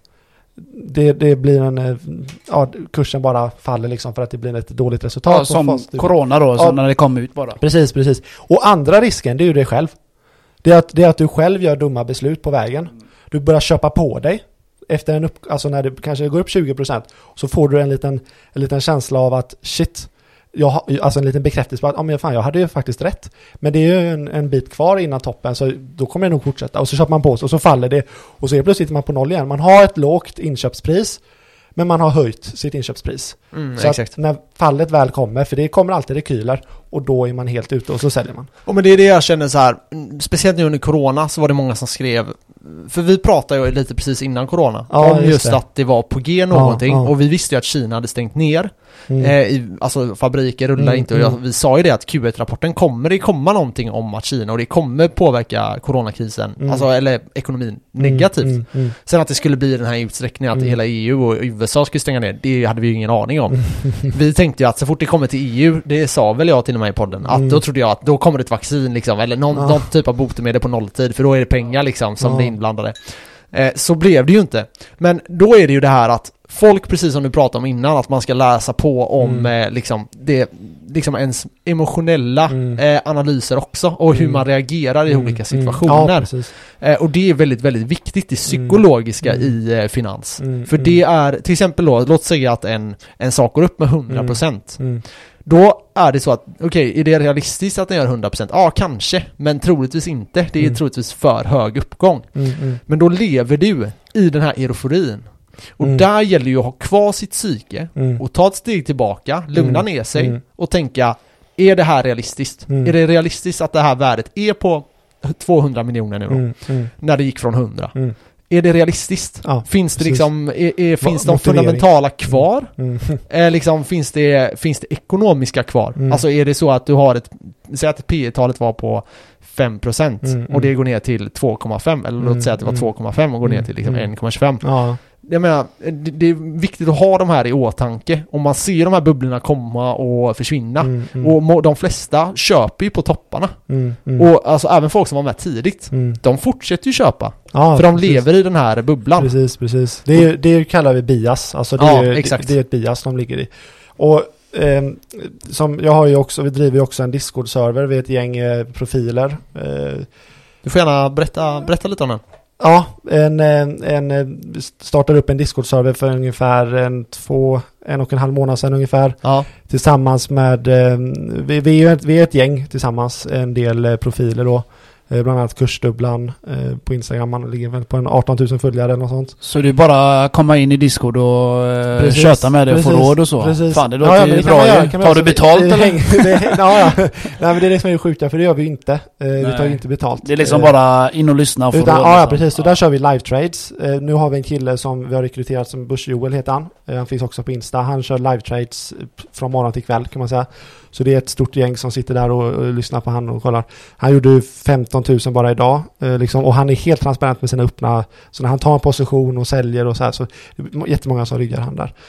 det, det blir en, eh, ja, kursen bara faller liksom för att det blir ett dåligt resultat. Ja, som corona då, ja, när det kom ut bara. Precis, precis. Och andra risken, det är ju det själv. Det är, att, det är att du själv gör dumma beslut på vägen. Du börjar köpa på dig. Efter en upp, alltså när det kanske går upp tjugo procent, så får du en liten, en liten känsla av att shit, jag har, alltså en liten bekräftelse på att oh, men fan, jag hade ju faktiskt rätt. Men det är ju en, en bit kvar innan toppen, så då kommer det nog fortsätta. Och så köper man på sig och så faller det. Och så är plötsligt man på noll igen. Man har ett lågt inköpspris, men man har höjt sitt inköpspris. Mm, så exakt. att när fallet väl kommer, för det kommer alltid rekyler, och då är man helt ute och så säljer man. Och men det är det jag känner så här, speciellt nu under corona så var det många som skrev, för vi pratade ju lite precis innan corona ja, om just, just det. att det var på G någonting, ja, ja. och vi visste ju att Kina hade stängt ner. Mm. Eh, i, alltså fabriker rullar Mm, inte, och jag, vi sa ju det att Q ett-rapporten kommer det komma någonting om att Kina, och det kommer påverka coronakrisen, Mm. alltså eller ekonomin negativt. Mm, mm, mm. Sen att det skulle bli den här utsträckningen att Mm. hela E U och U S A skulle stänga ner, det hade vi ju ingen aning om. Vi tänkte ju att så fort det kommer till E U, det sa väl jag till och med i podden, att Mm. då trodde jag att då kommer det ett vaccin liksom, eller någon, Ja. någon typ av botemedel på nolltid, för då är det pengar liksom som Ja. blir inblandade. Eh, så blev det ju inte. Men då är det ju det här att folk, precis som du pratade om innan, att man ska läsa på om Mm. eh, liksom, det, liksom ens emotionella Mm. eh, analyser också, och hur Mm. man reagerar i Mm, olika mm. situationer. Ja, precis. Eh, och det är väldigt, väldigt viktigt, det psykologiska Mm. i eh, finans. Mm, För mm. det är, till exempel då, låt säga att en, en sak går upp med hundra procent. Mm. Då är det så att, okej, okay, är det realistiskt att den gör hundra procent? Ja, kanske, men troligtvis inte. Det är Mm. troligtvis för hög uppgång. Mm, mm. Men då lever du i den här euforin. Och Mm. där gäller ju att ha kvar sitt psyke Mm. och ta ett steg tillbaka, lugna Mm. ner sig Mm. och tänka, är det här realistiskt? Mm. Är det realistiskt att det här värdet är på tvåhundra miljoner nu då? Mm. Mm. När det gick från hundra? Mm. Är det realistiskt? Ja, finns det precis. liksom, är, är, finns Mo- de motivering. fundamentala kvar? Mm. Eh, liksom, finns, det, finns det ekonomiska kvar? Mm. Alltså är det så att du har ett, säg att P E-talet var på fem procent Mm, och det går ner till två komma fem, eller Mm, låt säga att det var mm. två komma fem och går ner Mm, till liksom mm. ett komma tjugofem. Ja. Jag menar, det, det är viktigt att ha de här i åtanke, och man ser de här bubblorna komma och försvinna. Mm, mm. Och må, de flesta köper ju på topparna. Mm, mm. Och alltså även folk som var med tidigt, Mm. de fortsätter ju köpa. Ja, för de precis. lever i den här bubblan. Precis, precis. Det, är, det kallar vi bias. Alltså det, Ja, är, exakt. det, det är ett bias de ligger i. Och ehm, som jag har ju också, vi driver ju också en Discord-server, vi är ett gäng eh, profiler. Eh, Du får gärna berätta, berätta lite om den. Ja, en, en, en startar upp en Discord-server för ungefär en, två, en och en halv månad sedan ungefär. Ja. Tillsammans med, eh, vi, vi, är ju ett, vi är ett gäng tillsammans, en del eh, profiler då. Eh, bland annat Kursdubblan eh, på Instagram, man ligger väl på en arton tusen följare eller något sånt. Så du bara komma in i Discord och eh, Precis, köta med det och få precis, råd och så? precis. Fan, det Ja, låter ja, men ju det kan bra man göra, ju. kan man Tar också- du betalt det, eller? det, det, ja, ja. Nej, men det är det som är det sjuka, för det gör vi ju inte. Eh, vi Nej. tar ju inte betalt. Det är liksom Eh, bara in och lyssna och få Utan, råd. ja, ja, liksom. precis. Så där kör vi live trades. Eh, nu har vi en kille som vi har rekryterat som Börs-Joel heter han. Eh, han finns också på Insta. Han kör live trades eh, från morgon till kväll kan man säga. Så det är ett stort gäng som sitter där och, och lyssnar på han och kollar. Han gjorde ju femton tusen bara idag. Eh, liksom, och han är helt transparent med sina öppna. Så när han tar en position och säljer och så här, så det är jättemånga som ryggar han där.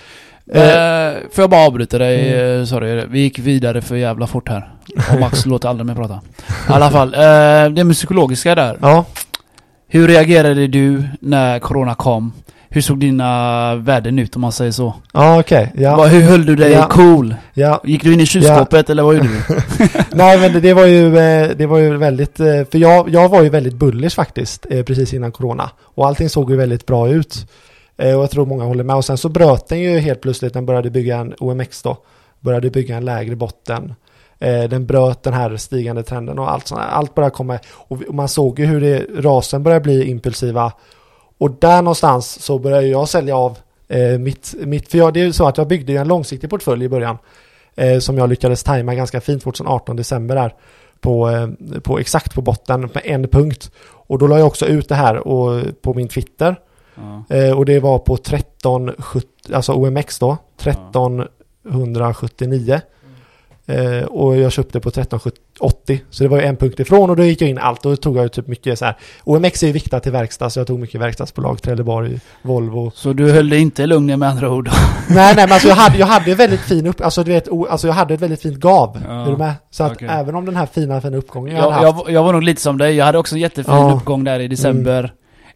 Eh, får jag bara avbryta dig? Mm. Mm. Sorry, vi gick vidare för jävla fort här. Och Max låter aldrig mig prata. I alla fall, eh, det med psykologiska där. Ja. Hur reagerade du när corona kom? Hur såg dina värden ut om man säger så? Ja, okej. Ja. Vad- Hur höll du dig Ja. cool? Ja. Gick du in i kylskåpet eller vad gjorde du? Nej, men det, det var ju eh, det var ju väldigt eh, för jag, jag var ju väldigt bullish faktiskt eh, precis innan corona, och allting såg ju väldigt bra ut, eh, och jag tror många håller med. Och sen så bröt den ju helt plötsligt, den började bygga en O M X då, började bygga en lägre botten, eh, den bröt den här stigande trenden och allt sånt, allt började komma, och, vi, och man såg ju hur det, rasen började bli impulsiva, och där någonstans så började jag sälja av eh, mitt, mitt, för jag, det är ju så att jag byggde ju en långsiktig portfölj i början. Eh, som jag lyckades tajma ganska fint tjugoarton december där på, eh, på exakt på botten med en punkt, och då la jag också ut det här och, på min Twitter, Ja. eh, och det var på tretton sjuttio, alltså O M X då tretton sjuttionio, eh, och jag köpte på tretton åttio, så det var ju en punkt ifrån, och då gick jag in allt, och då tog jag ju typ mycket så här. O M X är ju viktat till verkstad, så jag tog mycket verkstadsbolag, Trelleborg, Volvo. Så du höll dig inte lugn med andra ord? Nej, nej, men alltså jag hade, jag hade väldigt fin upp, alltså du vet, o, alltså jag hade ett väldigt fint gav, Ja, är du med? Så att okej. även om den här fina, fina uppgången jag, Jag, hade haft, jag, jag var nog lite som dig. Jag hade också en jättefin Ja. uppgång där i december.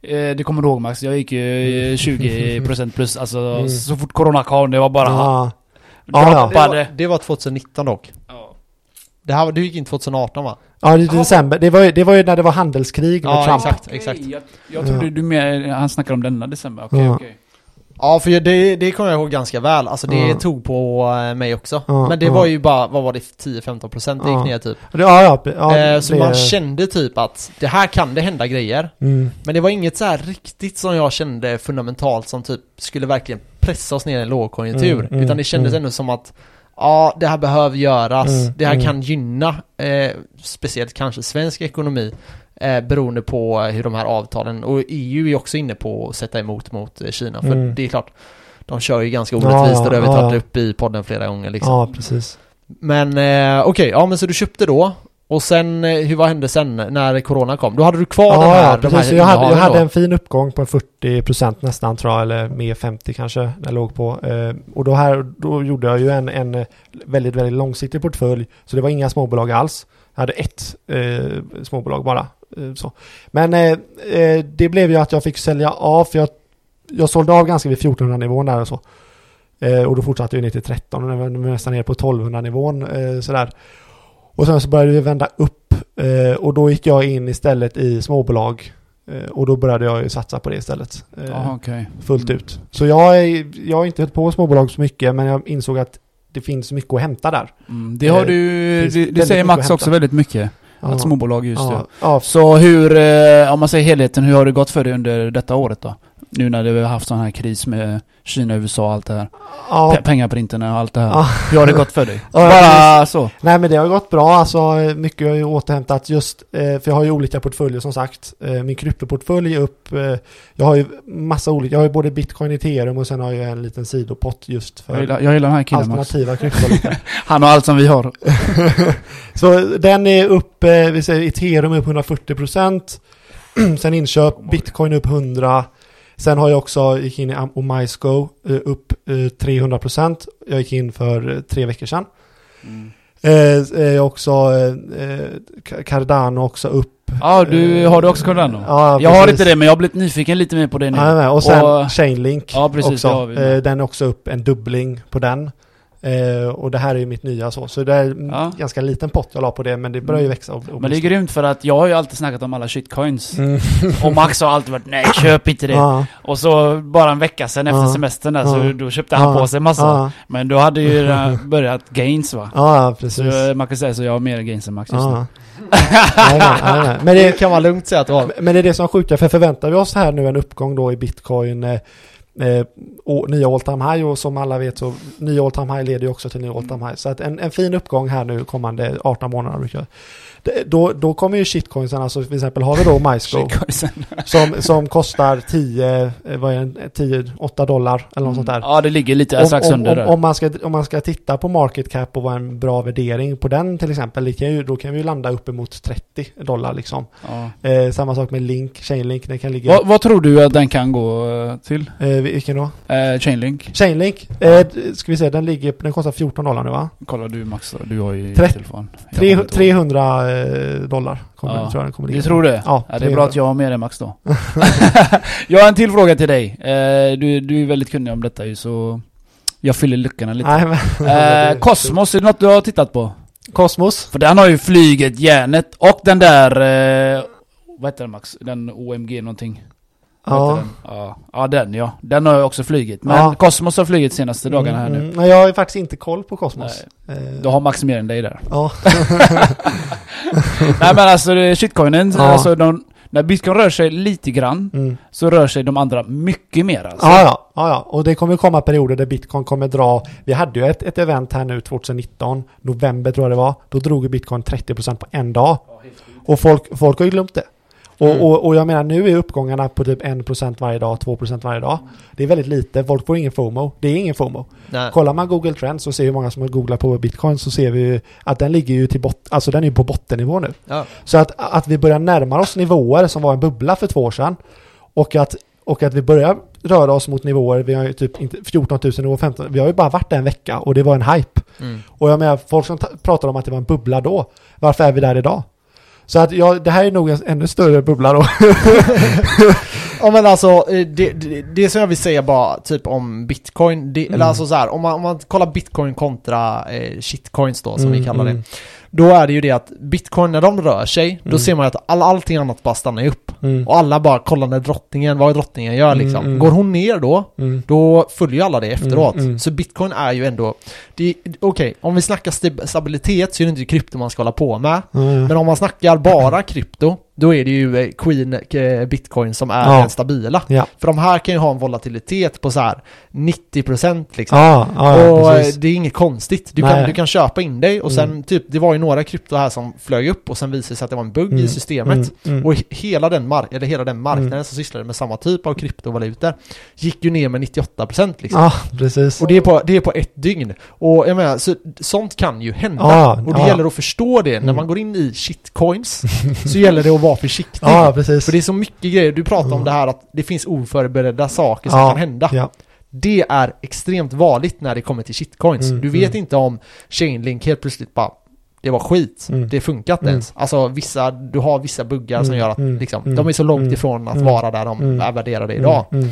Eh, det kommer du ihåg Max, jag gick ju eh, tjugo procent plus. Alltså Mm. så fort corona kom, det var bara... Ja. Det droppade. var, det var tjugonitton dock. Ja. Det här var, du gick in tjugoarton va? Ja, det är december. Det var, ju, det var ju när det var handelskrig med Ja, Trump. exakt. Okej, Jag, jag trodde Ja. du med, han snackade om denna december. Okej, Ja. okej. Ja, för det, det kommer jag ihåg ganska väl. Alltså det Ja. tog på eh, mig också. Ja, Men det ja. var ju bara, vad var det, tio till femton procent det gick Ja. ner typ. Ja, ja, ja, eh, så det- man kände typ att det här kan det hända grejer. Mm. Men det var inget så här riktigt som jag kände fundamentalt som typ skulle verkligen pressa oss ner i en lågkonjunktur. Mm, mm, Utan det kändes mm. ändå som att ja, det här behöver göras. Mm, det här mm. kan gynna eh, speciellt kanske svensk ekonomi eh, beroende på hur de här avtalen, och E U är också inne på att sätta emot mot eh, Kina. För Mm. det är klart, de kör ju ganska orättvist Ja, och det har vi ja, tagit ja. upp i podden flera gånger liksom. Ja, precis. Men eh, okej, ja men så du köpte då. Och sen, eh, hur vad hände sen när corona kom? Då hade du kvar Ja, de här, ja, de här precis. Jag hade, jag innehållen hade då. en fin uppgång på fyrtio procent nästan tror jag, eller mer femtio kanske, jag låg på. Eh, och då, här, då gjorde jag ju en, en väldigt, väldigt långsiktig portfölj, så det var inga småbolag alls. Jag hade ett eh, småbolag bara. Eh, så. Men eh, eh, det blev ju att jag fick sälja av, för jag, jag sålde av ganska vid fjortonhundra nivån där och så. Eh, och då fortsatte jag ner till tretton och nu var nästan ner på tolvhundra nivån eh, sådär. Och sen så började vi vända upp eh, och då gick jag in istället i småbolag eh, och då började jag ju satsa på det istället eh, Ja, okej. fullt ut. Så jag, är, jag har inte hört på småbolag så mycket, men jag insåg att det finns mycket att hämta där. Mm, det har Eh, du, finns det, det väldigt säger mycket Max att också hämta. väldigt mycket. Ja. Att småbolag just det. Ja, ja, Så hur, eh, om man säger helheten, hur har det gått för dig under detta året då? Nu när vi har haft sån här kris med Kina, U S A och allt det här. ja, Pe- Pengaprinterna och allt det här. ja. Hur har det gått för dig? Ja, Bara så. Nej, men det har gått bra. Alltså, mycket har ju återhämtat just, eh, för jag har ju olika portföljer som sagt. Eh, min kryptoportfölj är upp, eh, jag har ju massa olika, jag har ju både Bitcoin, Ethereum och sen har jag en liten sidopott just Jag för gillar, jag gillar den här killen Max. alternativa kryptovalutor. Han har allt som vi har. Så den är upp, eh, vi säger Ethereum upp hundrafyrtio procent. Sen inköp, Bitcoin upp hundra. Sen har jag också gick in i Omisco eh, upp eh, trehundra procent. Jag gick in för eh, tre veckor sedan. Mm. Eh, eh, också eh, Cardano också upp. Ja, du har du också Cardano? Ja, Jag har precis. inte det, men jag har blivit nyfiken lite mer på det nu. Ja, med. Och sen Och- Chainlink Ja, precis, också. det har vi med. Eh, den är också upp en dubbling på den. Eh, och det här är ju mitt nya så. Så det är en Ja. ganska liten pott jag la på det, men det börjar ju Mm. växa. Och, och Men det är grymt för att jag har ju alltid snackat om alla shitcoins. Mm. Och Max har alltid varit, nej köp inte det. Ja, Och så bara en vecka sedan efter Ja. semestern där, Ja. så då köpte han Ja. på sig massa. ja, Men då hade ju uh, börjat gains va? ja, Så precis. eh, man kan säga så jag har mer gains än Max just nu. Ja. nej, nej, nej, nej. Men, Det det, kan man lugnt säga att det var. men det är det som är sjukt, för förväntar vi oss här nu en uppgång då i Bitcoin, eh, eh, och nya all time high, och som alla vet så nya all time high leder ju också till nya all time high. Så att en, en fin uppgång här nu kommande arton månader brukar jag. Det- Då, då kommer ju shitcoinsen, alltså till exempel har vi då Mysco Shitcoinsen. som, som kostar tio, eh, vad är det, tio, åtta dollar eller något sånt där. Ja, det ligger lite strax Om, under om, där. om, om, man ska, om man ska titta på market cap och vad en bra värdering på den till exempel, det kan ju, då kan vi ju landa uppemot trettio dollar liksom. Ja. Eh, samma sak med Link, Chainlink, den kan ligga... Vad, vad tror du att den kan gå eh, till? Eh, vilken då? Eh, Chainlink? Chainlink, eh, ska vi se, den ligger, den kostar fjorton dollar nu va? Kollar du Max då? Du har ju Tre- telefon. Jag Tre, har inte trehundra eh, dollar kommer, Ja. tror jag den kommer Du ligga. tror det? Ja, Ja, det är trehundra. bra att jag har med det Max då. Jag har en till fråga till dig. Eh, du, du är väldigt kunnig om detta ju, så jag fyller luckorna lite. Nej, men, Eh, Cosmos, är det något du har tittat på? Cosmos? För den har ju flyget, järnet och den där... Eh, vad heter den Max? Den O M G någonting. Vad heter Ja. den? Ja. Ja, den ja. Den har ju också flygit. Men Ja. Cosmos har flugit senaste dagarna här Mm, nu. mm. Nej, jag har ju faktiskt inte koll på Cosmos. Eh, Då har Max mer än dig där. Ja. Nej men alltså det- shitcoinen, Ja. alltså de, när bitcoin rör sig lite grann Mm. så rör sig de andra mycket mer alltså. Ja, ja, ja, ja. Och det kommer komma perioder där Bitcoin kommer dra. Vi hade ju ett, ett event här nu tjugonitton, november tror jag det var. Då drog ju Bitcoin trettio procent på en dag. Och folk, folk har ju glömt det. Och, Mm. och, och jag menar, nu är uppgångarna på typ en procent varje dag, två procent varje dag. Det är väldigt lite. Folk får ingen FOMO. Det är ingen FOMO. Nej. Kollar man Google Trends och ser hur många som har googlat på Bitcoin, så ser vi ju att den ligger ju till bot- alltså den är ju på bottennivå nu. Ja. Så att, att vi börjar närma oss nivåer som var en bubbla för två år sedan, och att, och att vi börjar röra oss mot nivåer, vi har ju typ inte fjorton tusen nivå, femton, vi har ju bara varit där en vecka och det var en hype. Mm. Och jag menar, folk som ta- pratar om att det var en bubbla då, varför är vi där idag? Så att ja, det här är nog en ännu större bubbla då. Ja men alltså det, det, det som jag vill säga bara typ om Bitcoin det, mm. eller alltså så här, om man, om man kollar Bitcoin kontra eh, shitcoins då som mm, vi kallar det. Mm. Då är det ju det att Bitcoin när de rör sig, då mm. ser man att all, allting annat bara stannar upp. Mm. Och alla bara kollar när drottningen, vad drottningen gör liksom. Mm, mm. Går hon ner då, mm. då följer alla det efteråt. Mm, mm. Så Bitcoin är ju ändå, okej, okay, om vi snackar st- stabilitet så är det inte krypto man ska hålla på med. Mm. Men om man snackar bara krypto, då är det ju Queen Bitcoin som är ja. den stabila. Ja. För de här kan ju ha en volatilitet på så här nittio procent liksom. Ja, ja, och precis. Det är inget konstigt. Du kan, du kan köpa in dig och sen mm. typ, det var ju några krypto här som flög upp och sen visade sig att det var en bugg mm. i systemet. Mm. Mm. Och hela den, mar- eller hela den marknaden mm. som sysslade med samma typ av kryptovalutor gick ju ner med nittioåtta procent liksom. Ja, precis. Och det är på, det är på ett dygn. Och jag menar, så, sånt kan ju hända. Ja, och det ja. gäller att förstå det. Mm. När man går in i shitcoins så gäller det att vara försiktig. Ja, precis. För det är så mycket grejer. Du pratar mm. om det här att det finns oförberedda saker som ja. kan hända. Ja. Det är extremt vanligt när det kommer till shitcoins. Mm. Du vet mm. inte om Chainlink helt plötsligt bara det var skit. Mm. Det funkar inte mm. ens. Alltså vissa, du har vissa buggar mm. som gör att mm. liksom, mm. de är så långt ifrån att mm. vara där de mm. är värderade idag. Mm.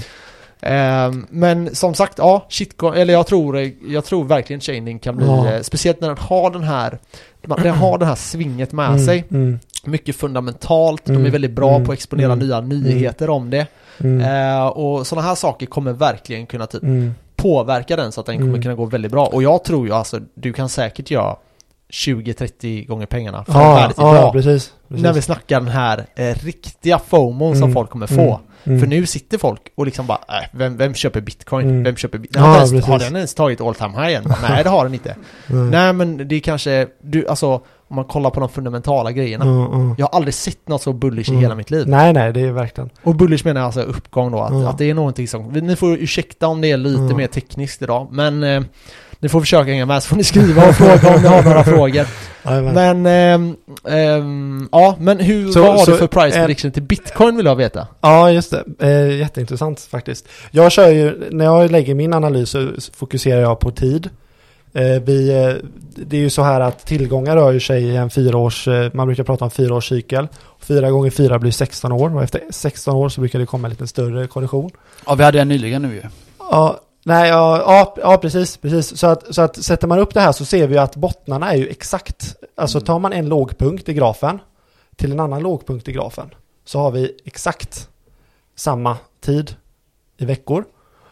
Um, men som sagt, ja, shitcoin, eller jag tror, jag tror verkligen Chainlink kan bli, ja. eh, speciellt när den har den här den har den här svinget med mm. sig. Mm. Mycket fundamentalt. Mm. De är väldigt bra mm. på att exponera mm. nya nyheter mm. om det. Mm. Uh, och sådana här saker kommer verkligen kunna typ mm. påverka den så att den kommer mm. kunna gå väldigt bra. Och jag tror ju alltså, du kan säkert göra tjugo till trettio gånger pengarna för ja, värdet ja, idag. Precis, precis. När vi snackar den här eh, riktiga FOMO mm. som folk kommer få. Mm. Mm. För nu sitter folk och liksom bara, äh, vem, vem köper Bitcoin? Mm. Vem köper Bitcoin? Ja, har, har den ens tagit all time high igen? Nej, det har den inte. Mm. Nej, men det är kanske, du, alltså, om man kollar på de fundamentala grejerna. Mm, mm. Jag har aldrig sett något så bullish mm. i hela mitt liv. Nej, nej, det är verkligen. Och bullish menar jag alltså uppgång då. Att, mm. att det är någonting som, ni får ursäkta om det är lite mm. mer tekniskt idag. Men eh, ni får försöka hänga med så får ni skriva och fråga om ni har några frågor. Men ähm, ähm, ja, men hur så, vad har så, du för price prediction äh, till Bitcoin vill jag veta? Ja, just det. Eh, jätteintressant faktiskt. Jag kör ju, när jag lägger min analys så fokuserar jag på tid. Eh, vi, eh, det är ju så här att tillgångar rör sig i en fyraårs, eh, man brukar prata om fyraårscykel. Fyra gånger fyra blir sexton år och efter sexton år så brukar det komma en lite större korrektion. Ja, vi hade en nyligen nu ju. Ja. Nej, ja, ja, ja precis, precis. Så att, så att sätter man upp det här så ser vi att bottnarna är ju exakt, alltså tar man en lågpunkt i grafen till en annan lågpunkt i grafen så har vi exakt samma tid i veckor.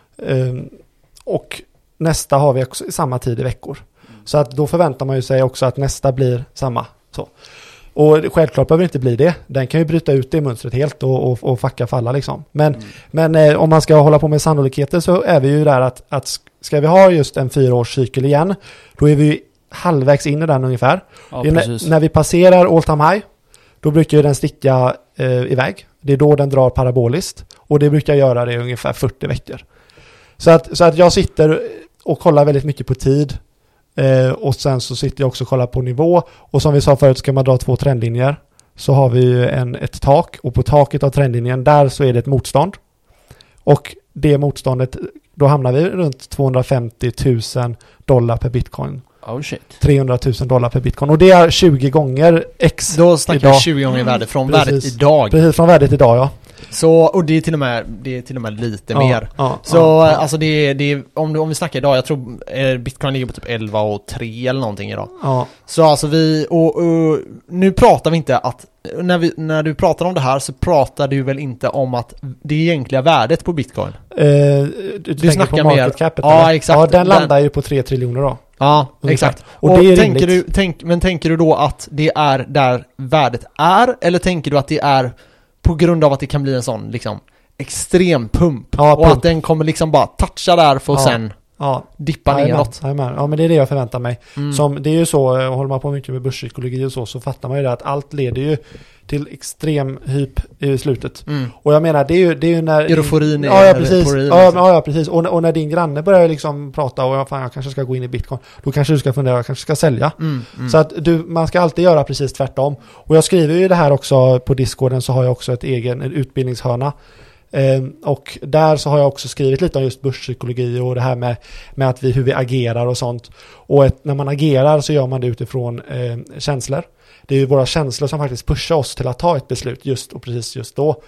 Um, och nästa har vi också samma tid i veckor. Så att då förväntar man ju sig också att nästa blir samma. Så. Och självklart behöver det inte bli det. Den kan ju bryta ut det mönstret helt och, och, och facka falla liksom. Men, mm. men eh, om man ska hålla på med sannolikheter så är vi ju där att, att ska vi ha just en fyraårscykel igen, då är vi halvvägs in i den ungefär. Ja, när, när vi passerar all time high, då brukar ju den sticka eh, iväg. Det är då den drar paraboliskt. Och det brukar göra det i ungefär fyrtio veckor. Så att, så att jag sitter och kollar väldigt mycket på tid. Eh, och sen så sitter jag också och kollar på nivå. Och som vi sa förut, ska man dra två trendlinjer så har vi en, ett tak. Och på taket av trendlinjen där så är det ett motstånd. Och det motståndet, då hamnar vi runt tvåhundrafemtio tusen dollar per bitcoin. Oh shit. trehundra tusen dollar per bitcoin. Och det är tjugo gånger X. Då snackar vi tjugo gånger värde från Precis. värdet idag. Precis, från värdet idag, ja. Så, och det är till och med, det är till och med lite ja, mer. Ja, så ja, ja. alltså det är, det är om, om vi snackar idag, jag tror eh, Bitcoin ligger på typ elva och tre eller någonting idag. Ja. Så alltså vi, och, och nu pratar vi inte att, när, vi, när du pratar om det här så pratar du väl inte om att det egentliga värdet på Bitcoin? Eh, du du snackar på market capita? Ja, exakt. Ja, den landar den, ju på tre triljoner då. Ja, ungefär. Exakt. Och, och det är tänker du, tänk, men tänker du då att det är där värdet är, eller tänker du att det är på grund av att det kan bli en sån liksom extrem pump, ja, och pump. Att den kommer liksom bara toucha där för att ja. sen ja. dippa ja, neråt. Ja, ja, men det är det jag förväntar mig. Mm. Som, det är ju så, håller man på mycket med börspsykologi och så, så fattar man ju det att allt leder ju till extrem hyp i slutet. Mm. Och jag menar, det är ju, det är ju när... Euforin är... Ja, ja, precis. Euforin, ja, liksom. ja, ja, precis. Och, och när din granne börjar liksom prata och ja, fan, jag kanske ska gå in i Bitcoin, då kanske du ska fundera, jag kanske ska sälja. Mm, mm. Så att du, man ska alltid göra precis tvärtom. Och jag skriver ju det här också på Discorden, så har jag också ett egen en utbildningshörna. Eh, och där så har jag också skrivit lite om just börspsykologi och det här med, med att vi, hur vi agerar och sånt. Och ett, när man agerar så gör man det utifrån eh, känslor. Det är ju våra känslor som faktiskt pushar oss till att ta ett beslut just och precis just då.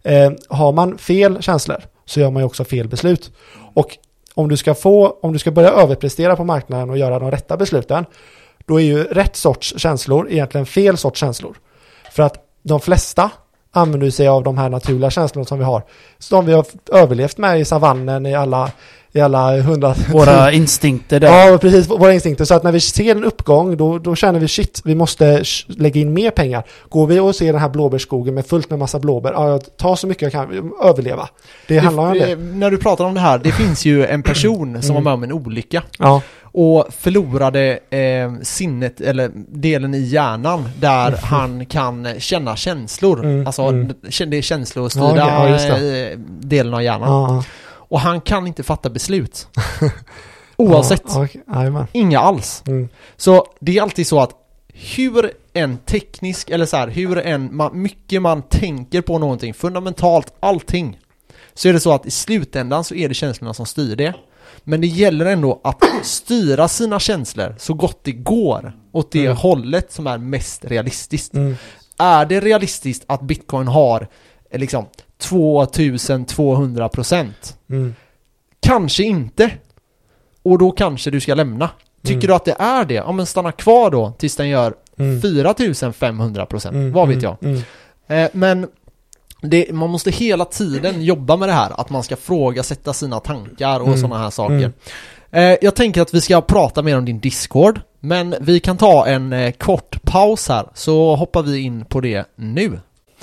Eh, har man fel känslor så gör man ju också fel beslut. Och om du ska få, om du ska börja överprestera på marknaden och göra de rätta besluten, då är ju rätt sorts känslor egentligen fel sorts känslor. För att de flesta använder sig av de här naturliga känslorna som vi har. Som vi har överlevt med i savannen i alla, i alla hundra... Våra instinkter där. Ja, precis. Våra instinkter. Så att när vi ser en uppgång, då, då känner vi shit, vi måste lägga in mer pengar. Går vi och ser den här blåbärskogen med fullt med massa blåbär, ja, ta så mycket jag kan, överleva. Det, det handlar om det. När du pratar om det här, det finns ju en person som mm. var med om en olycka. Ja. Och förlorade eh, sinnet eller delen i hjärnan där mm. han kan känna känslor. Mm. Alltså mm. det är känslostyrda ja, okay. ja, delen av hjärnan. Ja. Och han kan inte fatta beslut. Oavsett. Ja, okay. Inga alls. Mm. Så det är alltid så att hur en teknisk eller så här, hur en man, mycket man tänker på någonting fundamentalt, allting, så är det så att i slutändan så är det känslorna som styr det. Men det gäller ändå att styra sina känslor så gott det går åt det mm. hållet som är mest realistiskt. Mm. Är det realistiskt att Bitcoin har liksom tvåtusen tvåhundra procent? Mm. Kanske inte. Och då kanske du ska lämna. Tycker mm. du att det är det? Ja, men stanna kvar då tills den gör mm. fyratusen femhundra procent. Mm. Vad vet jag? Mm. Eh, men det, man måste hela tiden jobba med det här. Att man ska frågasätta sina tankar och mm. sådana här saker. Mm. Eh, jag tänker att vi ska prata mer om din Discord. Men vi kan ta en eh, kort paus här. Så hoppar vi in på det nu.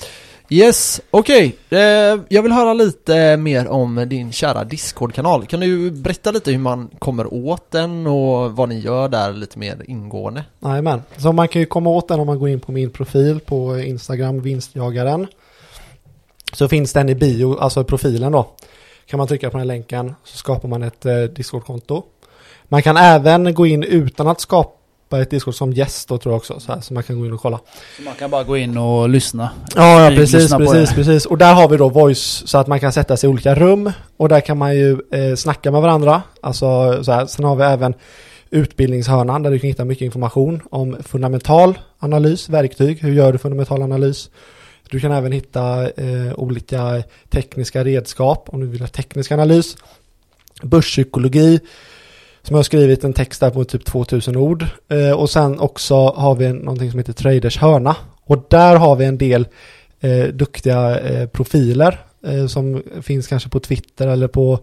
Yes, okej. Okay. Eh, jag vill höra lite mer om din kära Discord-kanal. Kan du berätta lite hur man kommer åt den och vad ni gör där lite mer ingående? Jajamän. Så man kan ju komma åt den om man går in på min profil på Instagram, vinstjagaren. Så finns den i bio, alltså profilen då. Kan man trycka på den länken så skapar man ett eh, Discord-konto. Man kan även gå in utan att skapa ett Discord som gäst då tror jag också, så här, så man kan gå in och kolla. Så man kan bara gå in och lyssna. Ja, ja precis, precis, precis. Och där har vi då voice så att man kan sätta sig i olika rum och där kan man ju eh, snacka med varandra. Alltså så här. Sen har vi även utbildningshörnan där du kan hitta mycket information om fundamental analys, verktyg. Hur gör du fundamental analys? Du kan även hitta eh, olika tekniska redskap om du vill ha teknisk analys. Börspsykologi, som jag har skrivit en text där på typ tvåtusen ord. Eh, och sen också har vi någonting som heter Traders hörna. Och där har vi en del eh, duktiga eh, profiler eh, som finns kanske på Twitter eller på,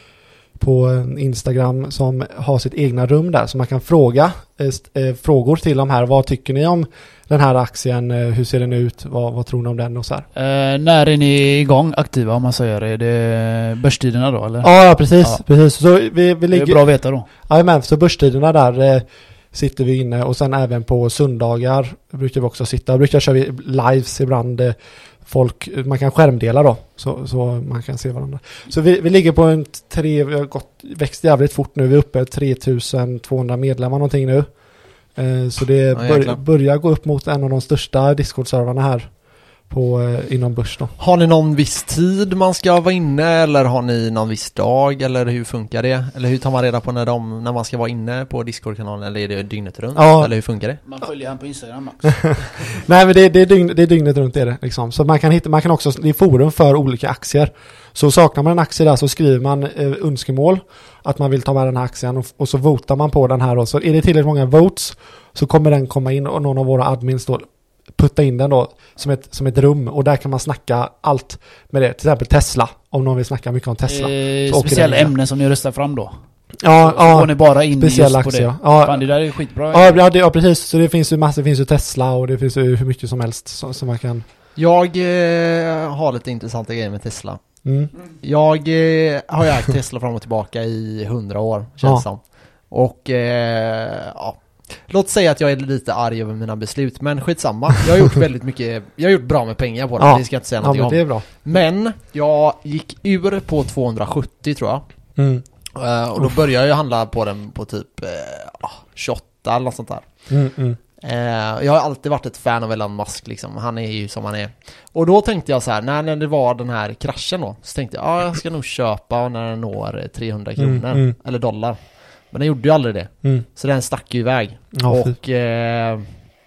på Instagram som har sitt egna rum där. Så man kan fråga eh, frågor till de här. Vad tycker ni om den här aktien? Eh, hur ser den ut? Vad, vad tror ni om den? Och så här. Eh, när är ni igång aktiva om man säger? Är det börstiderna då? Eller? Ja, ja precis. Ja. precis. Så vi, vi ligger... Det är bra att veta då. Ja, men så börstiderna där eh, sitter vi inne och sen även på söndagar brukar vi också sitta. Brukar köra vi lives ibland. Eh, folk, man kan skärmdela då så, så man kan se varandra. Så vi, vi ligger på en tre, vi har gått, växt jävligt fort nu. Vi är uppe tretusen tvåhundra medlemmar någonting nu. Eh, så det ja, bör, börjar gå upp mot en av de största Discord-servrarna här på, eh, inom börs då. Har ni någon viss tid man ska vara inne eller har ni någon viss dag eller hur funkar det? Eller hur tar man reda på när, de, när man ska vara inne på Discord-kanalen eller är det dygnet runt? Ja. Eller hur funkar det? Man följer han på Instagram också. Nej men det, det, är dygn, det är dygnet runt är det liksom. Så man kan hitta, man kan också, det är forum för olika aktier. Så saknar man en aktie där så skriver man eh, önskemål att man vill ta med den här aktien och, och så votar man på den här och så är det tillräckligt många votes så kommer den komma in och någon av våra admins då putta in den då som ett, som ett rum och där kan man snacka allt med det. Till exempel Tesla, om någon vill snacka mycket om Tesla. Eh, speciella ämnen som ni röstar fram då? Ja, så, ja. Så går ni bara in just på aktier, det? Ja. Fan, det där är skitbra. Ja, ja, det, ja, precis. Så det finns ju massor, det finns ju Tesla och det finns ju hur mycket som helst som, som man kan... Jag eh, har lite intressanta grejer med Tesla. Mm. Jag eh, har ju ägt Tesla fram och tillbaka i hundra år, känns ja. som. Och eh, ja, låt säga att jag är lite arg över mina beslut, men skitsamma. Jag har gjort väldigt mycket, jag har gjort bra med pengar på det, ja. det ska jag inte säga ja, någonting men det är om. bra. Men jag gick ur på tvåhundrasjuttio tror jag. Mm. Uh, och då började jag handla på den på typ uh, tjugoåtta eller något sånt där. Mm, mm. Uh, jag har alltid varit ett fan av Elon Musk liksom. Han är ju som han är. Och då tänkte jag så här, när, när det var den här kraschen då, så tänkte jag, ja ah, jag ska nog köpa när den når trehundra kronor mm, mm. eller dollar. Men den gjorde ju aldrig det. Mm. Så den stack ju iväg. Ja, och eh,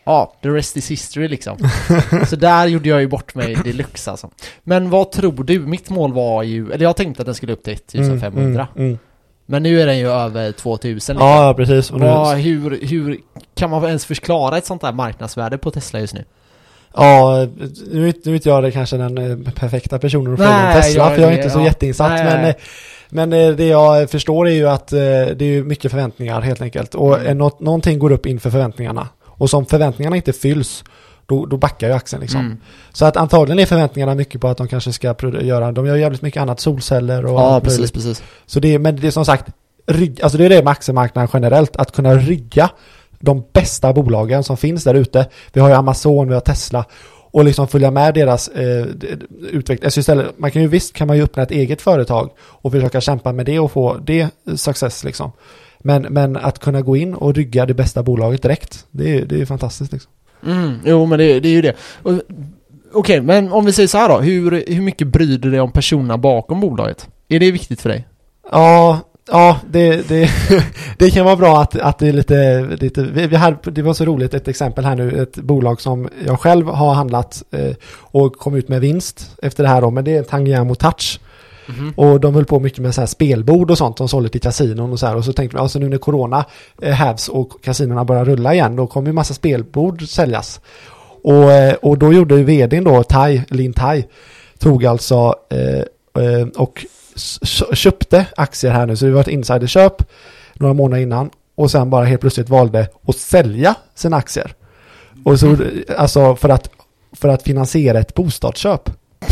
ja, the rest is history liksom. Så där gjorde jag ju bort mig deluxe alltså. Men vad tror du? Mitt mål var ju, eller jag tänkte att den skulle upp till femtonhundra. Mm, mm. Men nu är den ju över tvåtusen. Liksom. Ja, precis. Och vad, hur, hur kan man ens förklara ett sånt där marknadsvärde på Tesla just nu? Ja, nu vet, nu vet jag det kanske den perfekta personen att följa Tesla, jag, för jag är inte så ja. jätteinsatt. Nej, men, nej. men det jag förstår är ju att det är mycket förväntningar helt enkelt. Och mm. något, någonting går upp inför förväntningarna. Och som förväntningarna inte fylls, då, då backar ju aktien liksom. Mm. Så att antagligen är förväntningarna mycket på att de kanske ska göra, de gör jävligt mycket annat, solceller och ja, precis, precis. Så det, men det är som sagt, rygg, alltså det är det med aktiemarknaden generellt, att kunna rygga de bästa bolagen som finns där ute. Vi har ju Amazon, vi har Tesla, och liksom följa med deras eh, utveckling. Alltså istället, man kan ju visst kan man ju öppna ett eget företag och försöka kämpa med det och få det success liksom. Men, men att kunna gå in och rygga det bästa bolaget direkt, det är, det är fantastiskt liksom. Mm, jo, men det, det är ju det. Okej, okay, men om vi säger så här då, hur, hur mycket bryr du dig om personerna bakom bolaget? Är det viktigt för dig? Ja, ja det, det, det kan vara bra att, att det är lite, lite vi, vi hade, det var så roligt, ett exempel här nu, ett bolag som jag själv har handlat eh, och kom ut med vinst efter det här då, men det är Tangiamo Touch. Mm-hmm. Och de höll på mycket med så här spelbord och sånt, de sålde till kasinon och så här, och så tänkte vi, alltså nu när corona eh, hävs och kasinorna börjar rulla igen, då kommer ju massa spelbord säljas. Och, eh, och då gjorde ju vdn då, Tai, Lin Tai, tog alltså eh, eh, och köpte aktier här nu, så det var ett insiderköp några månader innan, och sen bara helt plötsligt valde att sälja sina aktier. Och så, alltså för att, för att finansiera ett bostadsköp.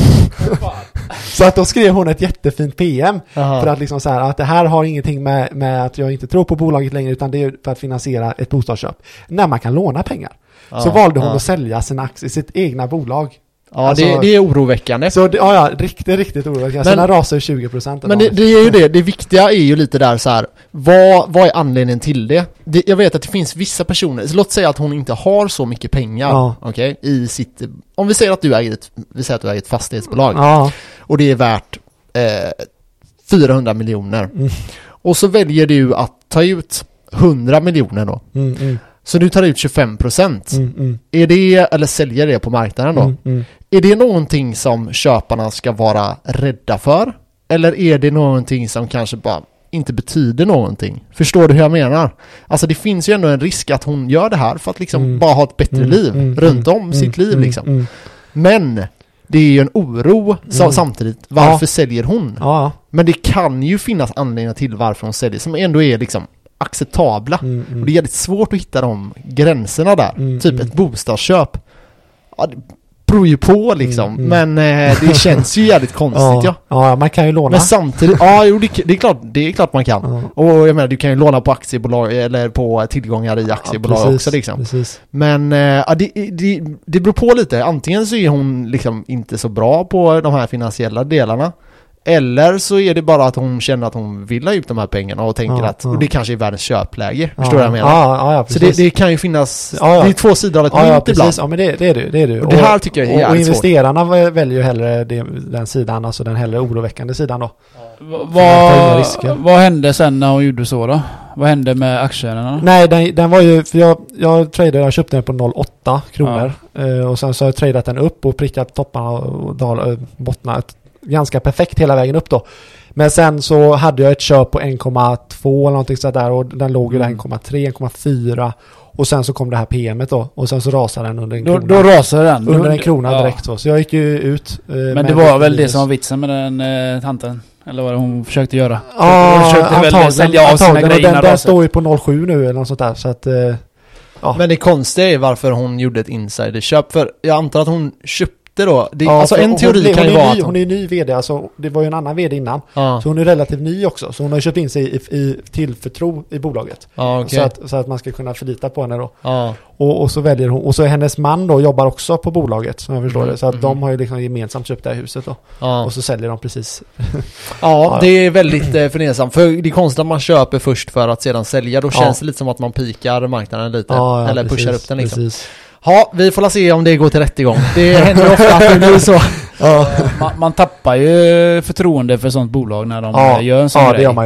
Så att då skrev hon ett jättefint P M. Aha. För att liksom så här, att det här har ingenting med, med att jag inte tror på bolaget längre, utan det är för att finansiera ett bostadsköp. När man kan låna pengar. Ja, så valde hon ja. att sälja sina aktier, sitt egna bolag. Ja, alltså, det, det är oroväckande. Så det, ja, ja, riktigt, riktigt oroväckande. Sen rasar ju tjugo procent. Men det, det är ju det, det viktiga är ju lite där så här, vad, vad är anledningen till det? det? Jag vet att det finns vissa personer, så låt säga att hon inte har så mycket pengar, ja. okej, okay, i sitt, om vi säger att du äger ett, vi säger att du äger ett fastighetsbolag, ja. och det är värt eh, fyrahundra miljoner. Mm. Och så väljer du att ta ut hundra miljoner då. Mm, mm. Så du tar ut tjugofem procent. Mm, mm. Är det, eller säljer det på marknaden då? Mm, mm. Är det någonting som köparna ska vara rädda för? Eller är det någonting som kanske bara inte betyder någonting? Förstår du hur jag menar? Alltså det finns ju ändå en risk att hon gör det här för att liksom mm. bara ha ett bättre mm, liv mm, runt om mm, sitt liv mm, liksom. Mm. Men det är ju en oro mm. samtidigt. Varför ja. säljer hon? Ja. Men det kan ju finnas anledningar till varför hon säljer, som ändå är liksom acceptabla. Mm, mm. Och det är jävligt svårt att hitta de gränserna där. Mm, typ mm. ett bostadsköp. Ja, det beror ju på liksom. Mm, mm. Men eh, det känns ju jävligt konstigt, ja. ja. Ja, man kan ju låna. Men samtidigt, ja, jo, det, det är klart, det är klart man kan. Ja. Och jag menar, du kan ju låna på aktiebolag eller på tillgångar i aktiebolag, ja, precis, också liksom. Precis. Men eh, ja, det, det, det beror på lite. Antingen så är hon liksom inte så bra på de här finansiella delarna. Eller så är det bara att hon känner att hon vill ha ut de här pengarna och tänker ja, att ja. och det kanske är världens köpläge. Ja, förstår du vad jag menar? Ja, ja, så det, det kan ju finnas, ja, ja. det är två sidor av ett ja, ja, mynt ibland. Ja, men det, det är det, det är det. Och det här tycker jag är jävligt svårt. Och investerarna svårt. väljer ju hellre det, den sidan, alltså den hellre oroväckande sidan då. Ja. Vad, vad hände sen när hon gjorde så då? Vad hände med aktierna? Nej, den, den var ju, för jag, jag tradade, jag köpte den på noll komma åtta kronor. Ja. Eh, och sen så har jag tradat den upp och prickat topparna och dal, bottna ganska perfekt hela vägen upp då. Men sen så hade jag ett köp på en komma två eller någonting sådär, och den låg ju där en komma tre, en komma fyra, och sen så kom det här P M:et då, och sen så rasade den under en då, krona. Då rasade den? Under en krona ja. direkt så. Så jag gick ju ut. Eh, Men det var väl det som var vitsen med den eh, tanten? Eller vad hon försökte göra? Ja, hon försökte väl sälja av sina grejer. Den, den står ju på noll komma sju nu eller något sånt där, så att... Eh, ja. Men det konstiga är varför hon gjorde ett insiderköp, för jag antar att hon köpte då. Det, ja, alltså en teori hon, kan ju hon vara ny, att hon är ny vd, alltså det var ju en annan vd innan. Ja. Så hon är relativt ny också. Så hon har köpt in sig i, i tillförtro i bolaget. Ja, okay. så, att, så att man ska kunna förlita på henne då. Ja. Och, och så väljer hon, och så hennes man då jobbar också på bolaget, som jag förstår mm, det. Så att mm. de har ju liksom gemensamt köpt det här huset då. Ja. Och så säljer de precis. ja, ja, det är väldigt eh, förnedsamt. För det är konstigt att man köper först för att sedan sälja. Då känns ja. det lite som att man pikar marknaden lite. Ja, ja, eller precis, pushar upp den liksom. Precis. Ja, vi får se om det går till rättegång. Det händer ofta att det blir så. Ja. Man, man tappar ju förtroende för sånt bolag när de ja. gör en sån ja, grej. det gör man ju.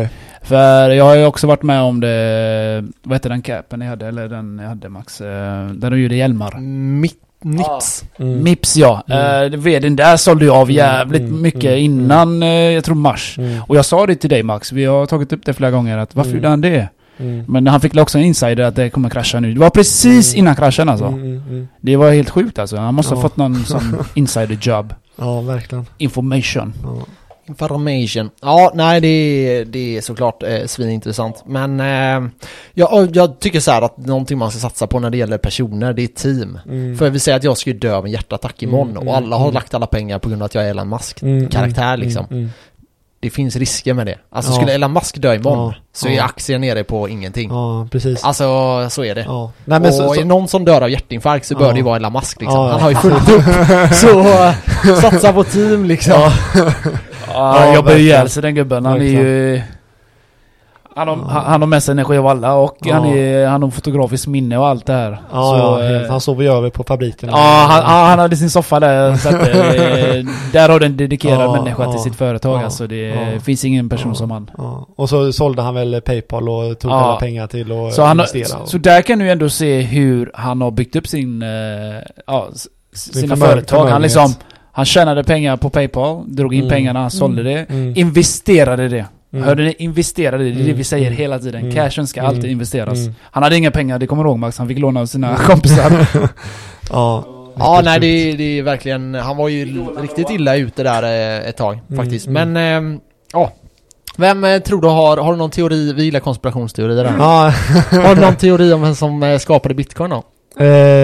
För jag har ju också varit med om det, vad heter den capen jag hade, eller den jag hade Max, där de gjorde hjälmar. Mitt Mips. Ah. Mm. Mips, ja. Mm. Uh, veden där sålde jag av jävligt mm. mycket mm. innan, uh, jag tror mars. Mm. Och jag sa det till dig Max, vi har tagit upp det flera gånger, att varför mm. gjorde han det? Mm. Men han fick också en insider att det kommer krascha nu. Det var precis mm. innan kraschen alltså. Mm, mm, mm. Det var helt sjukt alltså. Han måste ja. ha fått någon sån insider job. Ja, verkligen. Information. Ja. Information. Ja, nej det, det är såklart eh, svinintressant. Men eh, jag, jag tycker så här att någonting man ska satsa på när det gäller personer, det är team. Mm. För jag vill säga att jag ska ju dö av en hjärtattack imorgon. Mm, och alla har mm. lagt alla pengar på grund av att jag är Elon Musk mm, karaktär liksom. Mm, mm. Det finns risker med det. Alltså ja. skulle Elon Musk dö imorgon ja. så är ja. aktien nere på ingenting. Ja, precis. Alltså, så är det. Ja. Nej, men och så, så... är det någon som dör av hjärtinfarkt så ja. bör det ju vara Elon Musk liksom. Ja. Han har ju fullt upp. Så satsa på team liksom. Ja. Ja, jag jobbar ju ihjäl sig den gubben. Han är ju... Han har, ja. han har med sig energi av alla och ja. han, är, han har fotografiskt minne och allt det här. Ja, så, ja han sover ju över på fabriken. Ja, han, han hade sin soffa där. Så att, där har den dedikerad ja, människa ja, till sitt företag. Ja, alltså det ja, finns ingen person ja, som han. Ja. Och så sålde han väl PayPal och tog ja. alla pengar till att så investera. Han, så där kan du ändå se hur han har byggt upp sin, ja, sina företag. Han liksom... Han tjänade pengar på PayPal, drog in mm. pengarna, sålde det, mm. investerade det. Mm. Hörde ni? Investerade det, det är det vi säger hela tiden. Mm. Cashen ska mm. alltid investeras. Mm. Han hade inga pengar, det kommer ihåg Max, han fick låna av sina kompisar. Ja, ja nej det, det är verkligen, han var ju riktigt illa ute där ett tag faktiskt. Mm. Men, äh, ja. Vem eh, tror du har, har du någon teori, vi gillar konspirationsteorier där. Ja. Har du någon teori om vem som eh, skapade Bitcoin då? Uh,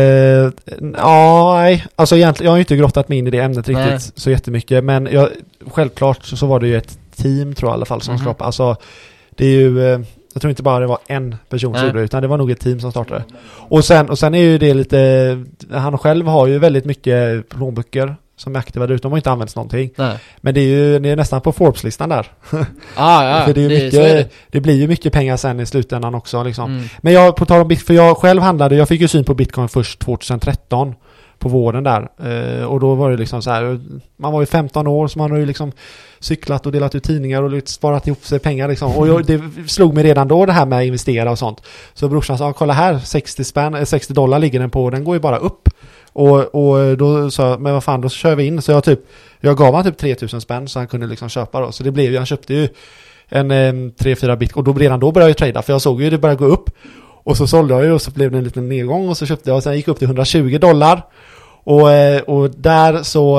ja, nej. Alltså egentligen, jag har ju inte grottat mig in i det ämnet riktigt nej. så jättemycket. Men jag, självklart så, så var det ju ett team tror jag i alla fall som mm-hmm. skapade. Alltså det är ju, uh, jag tror inte bara det var en person som gjorde det, utan det var nog ett team som startade. Och sen, och sen är ju det lite, han själv har ju väldigt mycket plånböcker som är aktiva där ute. De har inte använts någonting. Nej. Men det är ju det är nästan på Forbes-listan där. Ah, ja, för det, är det, mycket, är det. det blir ju mycket pengar sen i slutändan också. Liksom. Mm. Men jag, på tal om Bitcoin, för jag själv handlade, jag fick ju syn på Bitcoin först tjugohundratretton på våren där. Eh, och då var det liksom så här, man var ju femton år så man har ju liksom cyklat och delat ut tidningar och liksom sparat ihop sig pengar liksom. Och jag, det slog mig redan då det här med att investera och sånt. Så brorsan sa, kolla här, sextio spänn, sextio dollar ligger den på, den går ju bara upp. Och, och då sa jag, men vad fan, då kör vi in. Så jag typ, jag gav han typ tre tusen spänn så han kunde liksom köpa då. Så det blev ju, han köpte ju en, en tre fyra bitcoin. Och då redan då började jag trada, för jag såg ju det började gå upp. Och så sålde jag ju och så blev det en liten nedgång och så köpte jag och sen gick upp till hundratjugo dollar. Och, och där så,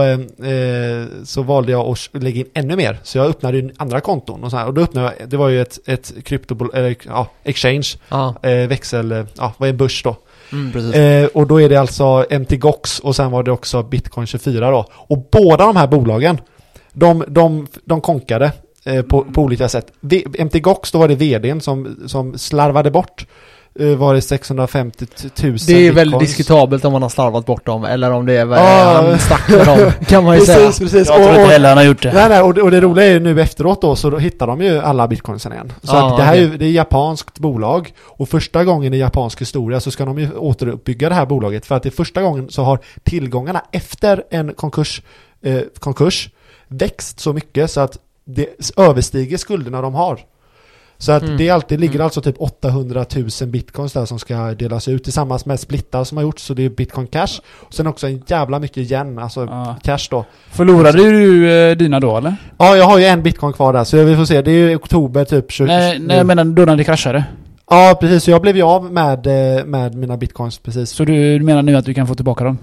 eh, så valde jag att lägga in ännu mer. Så jag öppnade ju andra konton och så här. Och då öppnade jag, det var ju ett, ett krypto, eller, ja, exchange, ah. eh, växel, ja, vad är börs då? Mm, eh, och då är det alltså M T G O X och sen var det också Bitcoin tjugofyra då. Och båda de här bolagen, de, de, de konkade eh, på, på olika sätt. V- M T G O X, då var det vdn som, som slarvade bort var det sexhundrafemtio tusen Det är väldigt diskutabelt om man har slarvat bort dem eller om det är ah, han stack med dem, kan man ju precis, säga. Precis. Jag tror inte heller han har gjort det. Nej, nej, och, det och det roliga är ju nu efteråt då så då hittar de ju alla bitcoinsen igen. Så ah, att det här okay. är ju, det är japanskt bolag och första gången i japansk historia så ska de ju återuppbygga det här bolaget för att det är första gången så har tillgångarna efter en konkurs, eh, konkurs växt så mycket så att det överstiger skulderna de har. Så att mm. det alltid ligger mm. alltså typ åttahundratusen bitcoins där som ska delas ut tillsammans med splittar som har gjorts, så det är Bitcoin Cash och sen också en jävla mycket igen, alltså ah. cash då. Förlorade du eh, dina då eller? Ja, jag har ju en bitcoin kvar där så vi får se, det är ju oktober typ tjugo. Nej, nej jag menar då när det kraschade. Ja, precis, så jag blev ju av med, med mina bitcoins precis. Så du menar nu att du kan få tillbaka dem?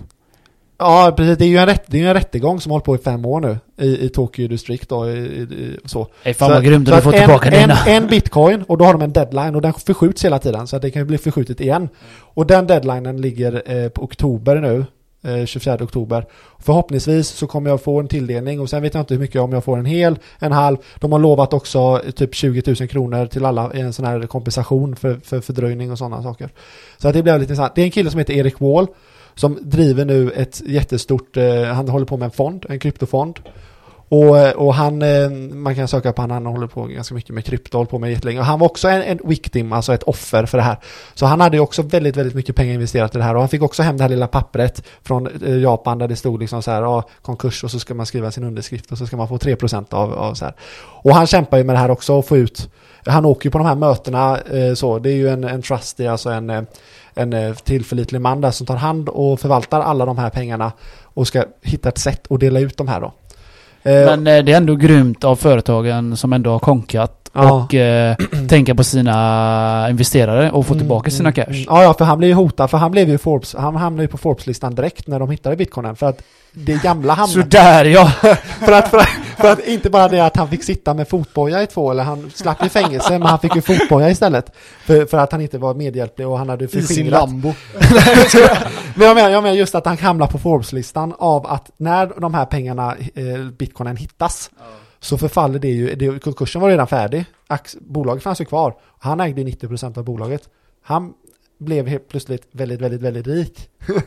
Ja, precis. Det är ju en, rätt, det är ju en rättegång som har hållit på i fem år nu i, i Tokyo District då, i, i, så. Ej, fan vad grymt att du får tillbaka en, dina. En, en bitcoin, och då har de en deadline och den förskjuts hela tiden så att det kan ju bli förskjutet igen. Och den deadlinen ligger eh, på oktober nu, eh, tjugofjärde oktober. Förhoppningsvis så kommer jag få en tilldelning och sen vet jag inte hur mycket, om jag får en hel, en halv. De har lovat också typ tjugo tusen kronor till alla i en sån här kompensation för, för fördröjning och sådana saker. Så att det blir lite intressant. Det är en kille som heter Erik Wall som driver nu ett jättestort, eh, han håller på med en fond, en kryptofond. Och, och han, eh, man kan söka på han, han håller på ganska mycket med krypto, håller på med jättelänge. Och han var också en, en victim, alltså ett offer för det här. Så han hade ju också väldigt, väldigt mycket pengar investerat i det här. Och han fick också hem det här lilla pappret från eh, Japan där det stod liksom så här, ja, konkurs, och så ska man skriva sin underskrift och så ska man få tre procent av, av så här. Och han kämpar ju med det här också och få ut, han åker ju på de här mötena eh, så, det är ju en, en trustee, alltså en, en tillförlitlig man där som tar hand och förvaltar alla de här pengarna och ska hitta ett sätt att dela ut de här då. Men eh, det är ändå grymt av företagen som ändå har konkat ja. och eh, tänka på sina investerare och få tillbaka mm, sina cash. Mm, ja, ja, för han blev ju hotad, för han blev ju Forbes, han hamnade ju på Forbes-listan direkt när de hittade bitcoinen, för att det gamla hamnade. Så där ja. för, att, för, att, för att inte bara det att han fick sitta med fotboja i två, eller han slapp i fängelse, men han fick ju fotboja istället. För, för att han inte var medhjälplig och han hade förskingrat. I sin Lambo. Men jag menar, jag menar just att han hamnar på Forbes-listan av att när de här pengarna, eh, bitcoinen hittas, ja. så förfaller det ju, det, konkursen var redan färdig. Ax, bolaget fanns ju kvar. Han ägde nittio procent av bolaget. Han blev helt plötsligt väldigt, väldigt, väldigt rik.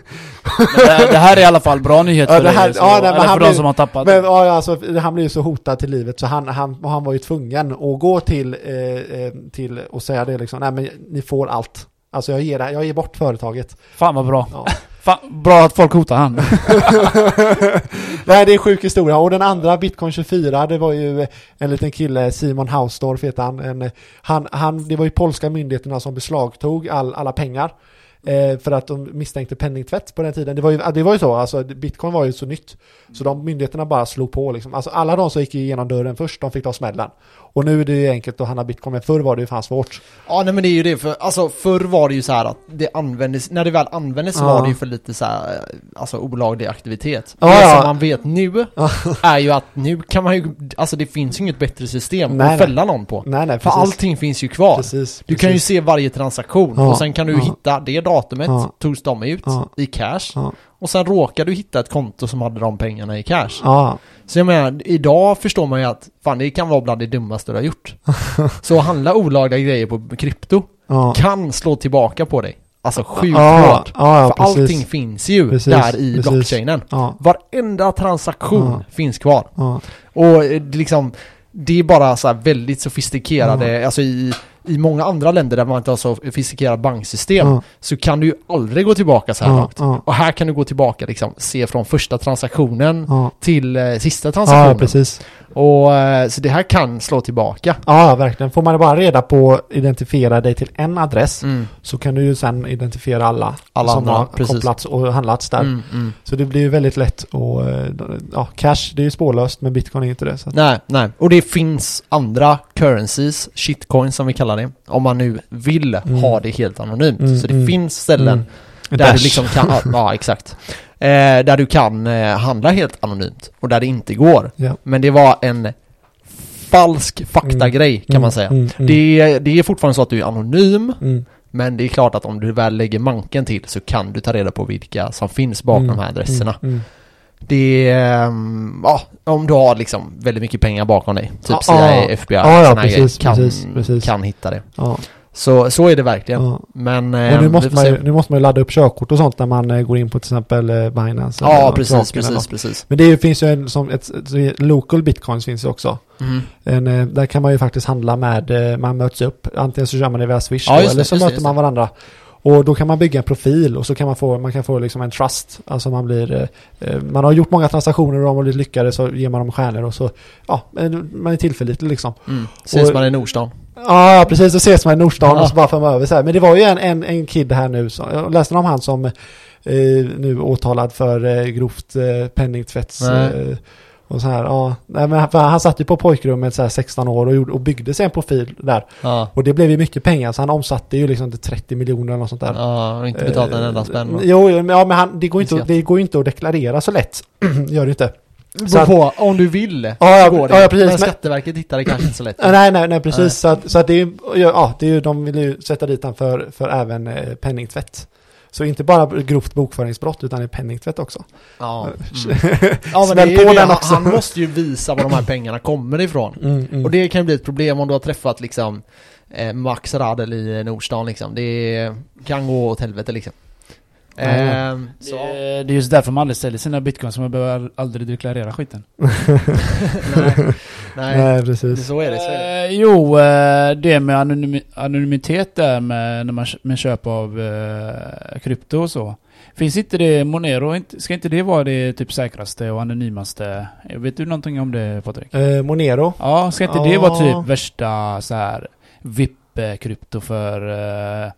det, det här är i alla fall bra nyheter ja, för, det här, dig, så, ja, nej, eller för han de blev, som har tappat. Men, ja, alltså, han blev ju så hotad till livet så han, han, han var ju tvungen att gå till, eh, till och säga det liksom, nej men ni får allt. Alltså jag ger, det, jag ger bort företaget. Fan vad bra. Ja. Fan, bra att folk hotar han. Nej, det är en sjuk historia. Och den andra, Bitcoin tjugofyra, det var ju en liten kille, Simon Hausdorff heter han. En, han, han. Det var ju polska myndigheterna som beslagtog all, alla pengar. Eh, för att de misstänkte penningtvätt på den tiden. Det var ju, det var ju så, alltså bitcoin var ju så nytt. Så de myndigheterna bara slog på liksom. Alltså alla de som gick igenom dörren först, de fick ta smällen. Och nu är det ju enkelt att handla bitcoin, men förr var det ju fan svårt. Ja, nej men det är ju det, för alltså förr var det ju så här att det användes, när det väl användes så ja. var det ju för lite så här, alltså olaglig aktivitet. Ja, det ja. som man vet nu är ju att nu kan man ju, alltså det finns ju inget bättre system nej, att fälla någon på. Nej, nej, för allting finns ju kvar. Precis, du precis. kan ju se varje transaktion ja. och sen kan du ja. hitta det datumet, ja. togs de ut ja. i cash. Ja. Och sen råkar du hitta ett konto som hade de pengarna i cash. Ja. Så jag menar, idag förstår man ju att fan, det kan vara bland det dummaste du har gjort. Så att handla olagliga grejer på krypto ja. kan slå tillbaka på dig. Alltså sjukt ja. hårt. Ja, ja, för precis. allting finns ju precis. där i precis. blockchainen. Ja. Varenda transaktion ja. finns kvar. Ja. Och det liksom, det är bara så här väldigt sofistikerade, ja. alltså i i många andra länder där man inte har så sofistikerat banksystem ja. så kan du ju aldrig gå tillbaka så här ja, långt. Ja. Och här kan du gå tillbaka liksom, se från första transaktionen ja. till eh, sista Ja, transaktionen. precis. Och eh, så det här kan slå tillbaka. Ja, verkligen. Får man bara reda på identifiera dig till en adress mm. så kan du ju sen identifiera alla, alla som andra, har precis. kopplats och handlats där. Mm, mm. Så det blir ju väldigt lätt och ja, cash, det är ju spårlöst, men bitcoin är inte det. Så. Nej, nej. Och det finns andra currencies, shitcoins som vi kallar det, om man nu vill mm. ha det helt anonymt. Mm, så det mm, finns ställen mm. där Dash. du liksom kan, ja exakt. Eh, där du kan eh, handla helt anonymt och där det inte går. Ja. Men det var en falsk faktagrej mm. kan mm, man säga. Mm, mm. Det, det är fortfarande så att du är anonym, mm. men det är klart att om du väl lägger manken till så kan du ta reda på vilka som finns bakom mm. de här adresserna. Mm. Mm. Det är, ja, om du har liksom väldigt mycket pengar bakom dig, typ C I A, ja, F B I, ja, ja, precis, kan, precis, precis. kan hitta det. Ja. Så, så är det verkligen. Ja. Men, och nu, måste man ju, nu måste man ju ladda upp körkort och sånt när man eh, går in på till exempel eh, Binance. Ja, precis, precis, precis. Men det är, finns ju en, som ett, ett local bitcoins finns ju också. Mm. En, eh, där kan man ju faktiskt handla med, eh, man möts upp. Antingen så kör man det via Swish ja, då, det, eller så just möter det, man varandra. Och då kan man bygga en profil och så kan man få, man kan få liksom en trust. Alltså man blir, eh, man har gjort många transaktioner och de har blivit lyckade, så ger man dem stjärnor och så, ja, man är tillförlitlig liksom. Mm. Ses och, man i Nordstan. Ja, precis, så ses man i Nordstan ja. och så bara för man över så här. Men det var ju en, en, en kid här nu, så, jag läste om han som eh, nu åtalad för eh, grovt eh, penningtvätts eh, och så här, ja. Nej, men han, han satt ju på pojkrummet så här sexton år och, gjorde, och byggde sig en profil där. Ja. Och det blev ju mycket pengar, så han omsatte ju liksom till trettio miljoner eller något sånt där. Ja, och inte betalat en enda spänn. Eh, jo, ja, men han, det går ju inte, det går inte att deklarera så lätt. Gör det inte. Så att, på, om du vill ja, ja, går det. Ja, precis, men Skatteverket hittar det kanske inte så lätt. Nej, nej, nej, precis. Nej. Så att, så att det är ja, det är ju, de vill ju sätta dit han för, för även eh, penningtvätt. Så inte bara grovt bokföringsbrott utan i penningtvätt också. Ja, mm. ja men det är på den också. Han måste ju visa var de här pengarna kommer ifrån. Mm, mm. Och det kan ju bli ett problem om du har träffat liksom eh, Max Radel i Nordstan liksom. Det kan gå åt helvete liksom. Ehm, Det, så. det är just därför man aldrig säljer sina bitcoins, så man behöver aldrig deklarera skiten. nej, nej. Nej, precis. Så är det, så är det. Eh, jo, eh, det med anonym, anonymitet där med, när man, med köp av eh, krypto och så. Finns inte det Monero? Inte, ska inte det vara det typ säkraste och anonymaste? Vet du någonting om det, Patrik? Eh, Monero. Ja, ska inte Ja. det vara typ värsta så här V I P-krypto för eh,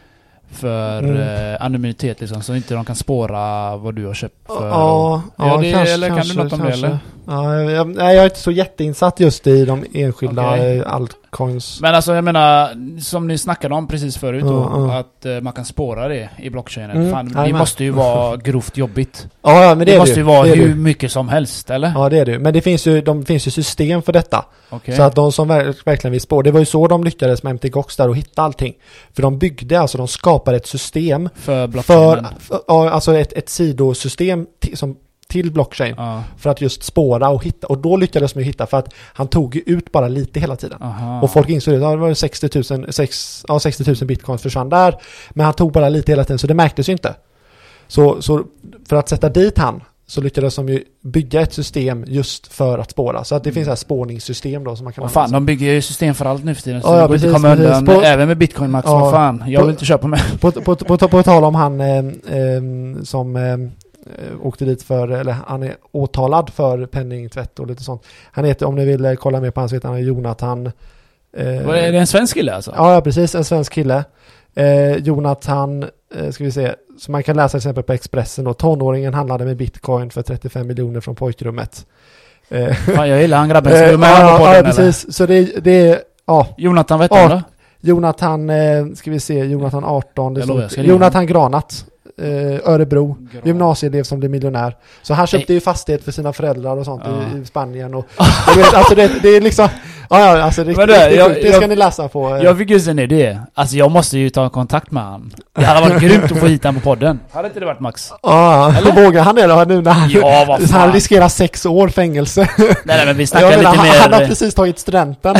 för Mm. eh, anonymitet liksom, så inte de kan spåra vad du har köpt för? Ja, Ja, ja det- kanske, eller kan du kanske, något om det, kanske. eller? Ja, jag, nej, jag är inte så jätteinsatt just i de enskilda Okej. eh, altcoins. Men alltså jag menar, som ni snackade om precis förut då, Ja, ja. att eh, man kan spåra det i blockchainen. Mm, Fan, det jajamän. måste ju vara grovt jobbigt. Ja, ja, men Det, det, är måste det ju vara det är hur det. mycket som helst, eller? Ja, det är det ju. Men det finns ju, de finns ju system för detta. Okej. Så att de som ver- verkligen vill spå, det var ju så de lyckades med M T Gox där och hitta allting. För de byggde, alltså de skapade ett system För för, blockchainen. för ja, alltså ett, ett sidosystem t- som, till blockchain. Ja. För att just spåra och hitta. Och då lyckades man ju hitta, för att han tog ju ut bara lite hela tiden. Aha. Och folk insåg det, ja, det var sextio tusen, sex, ja, sextio tusen bitcoins försvann där. Men han tog bara lite hela tiden, så det märktes ju inte. Så, så för att sätta dit han, så lyckades de ju bygga ett system just för att spåra. Så att det Mm. finns här spårningssystem då som man kan Vad fan, de bygger ju system för allt nu för tiden. Så Ja, det ja, går inte precis, komma precis. undan, På- även med Bitcoin Max. Ja. Vad fan, jag På- vill inte köpa med. På, på, på, på, på tal om han eh, eh, som eh, åkte dit för, eller han är åtalad för penningtvätt och lite sånt. Han heter, om ni vill eh, kolla mer på hans, heter han Jonathan. Eh, Vad är det en svensk kille alltså? Ja, ja, precis. En svensk kille. Eh, Jonathan, eh, ska vi se, som man kan läsa till exempel på Expressen då. Tonåringen handlade med bitcoin för trettiofem miljoner från pojkrummet. Eh, Fan, jag gillar han grabben eh, som är med ja, på ja, podden, precis. Så det, det är, ja. Jonathan, vet du Ja. då? Jonathan, eh, ska vi se, Jonathan arton. Det Jag står- lovar, jag ska ringa Jonathan Granat. Eh, Örebro. Gymnasieelev som blir miljonär. Så han köpte ju fastighet för sina föräldrar och sånt Ja. i, i Spanien. Och, du vet, alltså det, det är liksom, ja, ja, alltså det, Men det, det, det, jag- det ska jag- ni läsa på. eh. Jag fick just en idé. Alltså jag måste ju ta kontakt med han. Det hade varit grymt att få hit han på podden. Hade inte det varit Max? Ja, hur vågar han det då nu när han, Ja, vad fan. han riskerar sex år fängelse? Nej, nej men vi snackar Jag menar, lite han, han har mer... precis tagit studenten.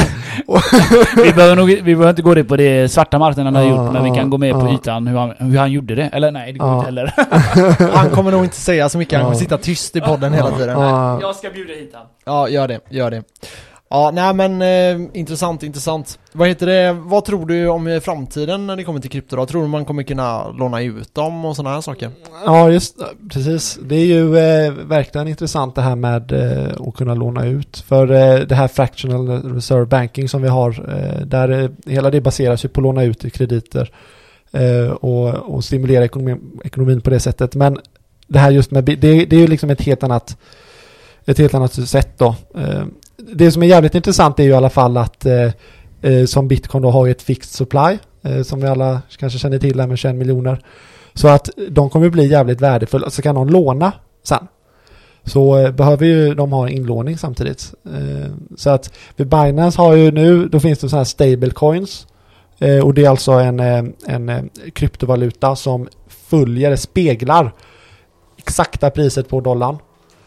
vi, behöver nog, vi behöver inte gå det på det svarta marknaden han har Ja, gjort, men vi kan gå med på ja. ytan hur han, hur han gjorde det. Eller nej, det går Ja. inte heller. Han kommer nog inte säga så mycket, han kommer Ja. sitta tyst i podden hela tiden. Ja. Jag ska bjuda hit han. Ja, gör det, gör det. Ja, nej men eh, intressant, intressant. Vad heter det, vad tror du om framtiden när det kommer till krypto då? Tror du man kommer kunna låna ut dem och sådana här saker? Ja, just precis. Det är ju eh, verkligen intressant det här med eh, att kunna låna ut. För eh, det här fractional reserve banking som vi har, eh, där eh, hela det baseras ju på att låna ut krediter eh, och, och stimulera ekonomin, ekonomin på det sättet. Men det här just med, det, det är ju liksom ett helt annat ett helt annat sätt då. Eh, det som är jävligt intressant är ju i alla fall att eh, eh, som Bitcoin då har ju ett fixed supply eh, som vi alla kanske känner till här med tjugoett miljoner. Så att de kommer bli jävligt värdefulla. Så kan någon låna sen. Så eh, behöver ju de ha inlåning samtidigt. Eh, så att vid Binance har ju nu, då finns det så här stablecoins. Eh, och det är alltså en, eh, en eh, kryptovaluta som följer, speglar exakta priset på dollarn.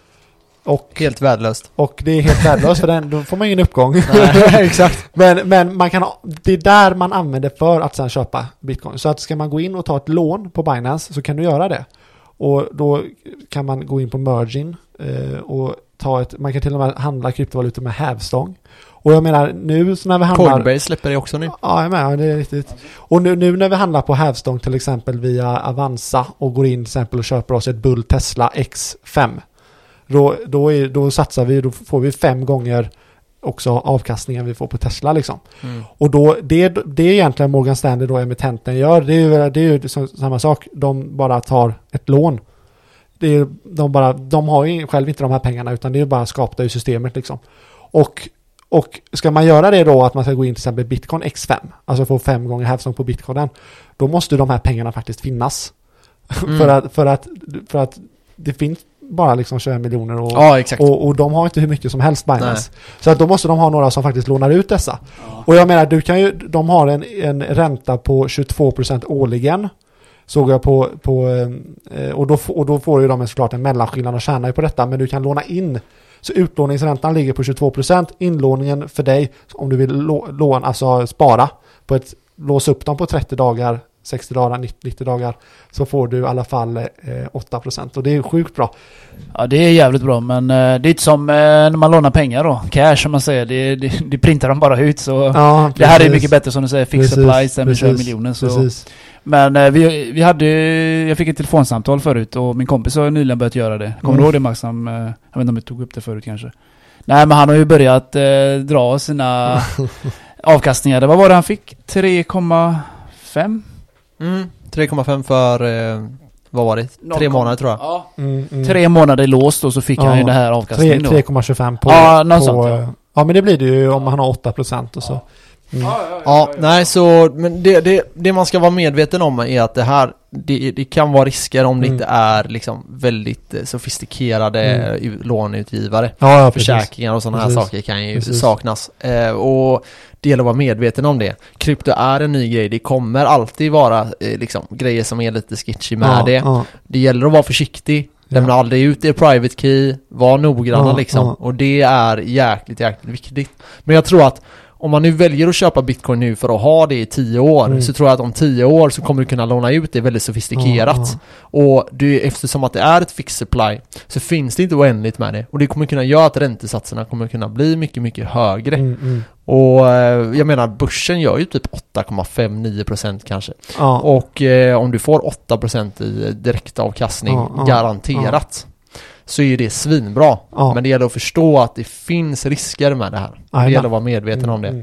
Och, Helt värdelöst. och det är helt värdelöst för den, då får man ingen uppgång. Nej, exakt. Men, men man kan ha, det är där man använder för att sedan köpa bitcoin. Så att ska man gå in och ta ett lån på Binance så kan du göra det. Och då kan man gå in på Mergin eh, och ta ett, man kan till och med handla kryptovalutor med hävstång. Och jag menar nu så när vi handlar... Coinbase släpper det också nu. Ja, jag menar, det är riktigt. Och nu, nu när vi handlar på hävstång till exempel via Avanza och går in till exempel och köper oss ett Bull Tesla X fem. Då, då, är, då satsar vi, då får vi fem gånger också avkastningen vi får på Tesla liksom. Mm. Och då, det, det är egentligen Morgan Stanley då emittenten gör. Det är ju, det är ju så, samma sak. De bara tar ett lån. Det är, de, bara, de har ju själv inte de här pengarna utan det är bara skapta i systemet liksom. Och, och ska man göra det då att man ska gå in till exempel Bitcoin X fem, alltså få fem gånger hävstång på Bitcoinen, då måste de här pengarna faktiskt finnas. Mm. för, att, för, att, för att det finns bara liksom tjugoett miljoner och, Ja, exakt. och, och de har inte hur mycket som helst Binance. Nej. Så att då måste de ha några som faktiskt lånar ut dessa. Ja. Och jag menar, du kan ju, de har en, en ränta på tjugotvå procent årligen. Såg jag på, på eh, och, då, och då får ju de såklart en mellanskillnad och tjänar ju på detta. Men du kan låna in. Så utlåningsräntan ligger på tjugotvå procent. Inlåningen för dig, om du vill lå, låna, alltså spara, på ett, låsa upp dem på trettio dagar sextio dagar, nittio dagar så får du i alla fall eh, åtta procent och det är sjukt bra. Ja, det är jävligt bra, men eh, det är inte som eh, när man lånar pengar då, cash som man säger, det, det, det printar de bara ut så Ja, det här är mycket bättre som du säger, fix supplies än vi kör miljoner så. Precis. Men eh, vi, vi hade, jag fick ett telefonsamtal förut och min kompis har nyligen börjat göra det. Kommer Mm. du ihåg det Max? Som, eh, jag vet inte om vi tog upp det förut kanske. Nej, men han har ju börjat eh, dra sina avkastningar. Vad var det han fick? tre komma fem? Mm, tre komma fem för, eh, vad var det? Tre månader tror jag. Ja. Mm, mm. Tre månader låst och så fick Ja. han ju det här avkastningen då. tre komma tjugofem på, Ja, något på sånt, ja. ja. ja, men det blir det ju om man har åtta procent och så. Mm. Ja, nej så, men det, det, det man ska vara medveten om är att det här, det, det kan vara risker om det Mm. inte är liksom väldigt eh, sofistikerade Mm. u- låneutgivare. Ja, ja, precis. Försäkringar och sådana här Precis. saker kan ju Precis. saknas. Eh, och det gäller att vara medveten om det. Krypto är en ny grej. Det kommer alltid vara eh, liksom, grejer som är lite sketchy med Ja, det. ja. Det gäller att vara försiktig. Lämna Ja. aldrig ut er private key. Var noggranna Ja, liksom. ja. Och det är jäkligt, jäkligt viktigt. Men jag tror att om man nu väljer att köpa bitcoin nu för att ha det i tio år Mm. så tror jag att om tio år så kommer du kunna låna ut det väldigt sofistikerat. Ja, Och du, eftersom att det är ett fixed supply så finns det inte oändligt med det. Och det kommer kunna göra att räntesatserna kommer kunna bli mycket, mycket högre. Mm, mm. Och eh, jag menar, börsen gör ju typ åtta komma fem nio procent kanske. Ja. Och eh, om du får åtta procent i direktavkastning Ja, ja, garanterat så är det svinbra. Ja. Men det gäller att förstå att det finns risker med det här. Ajamän. Det gäller att vara medveten Mm, om det. mm.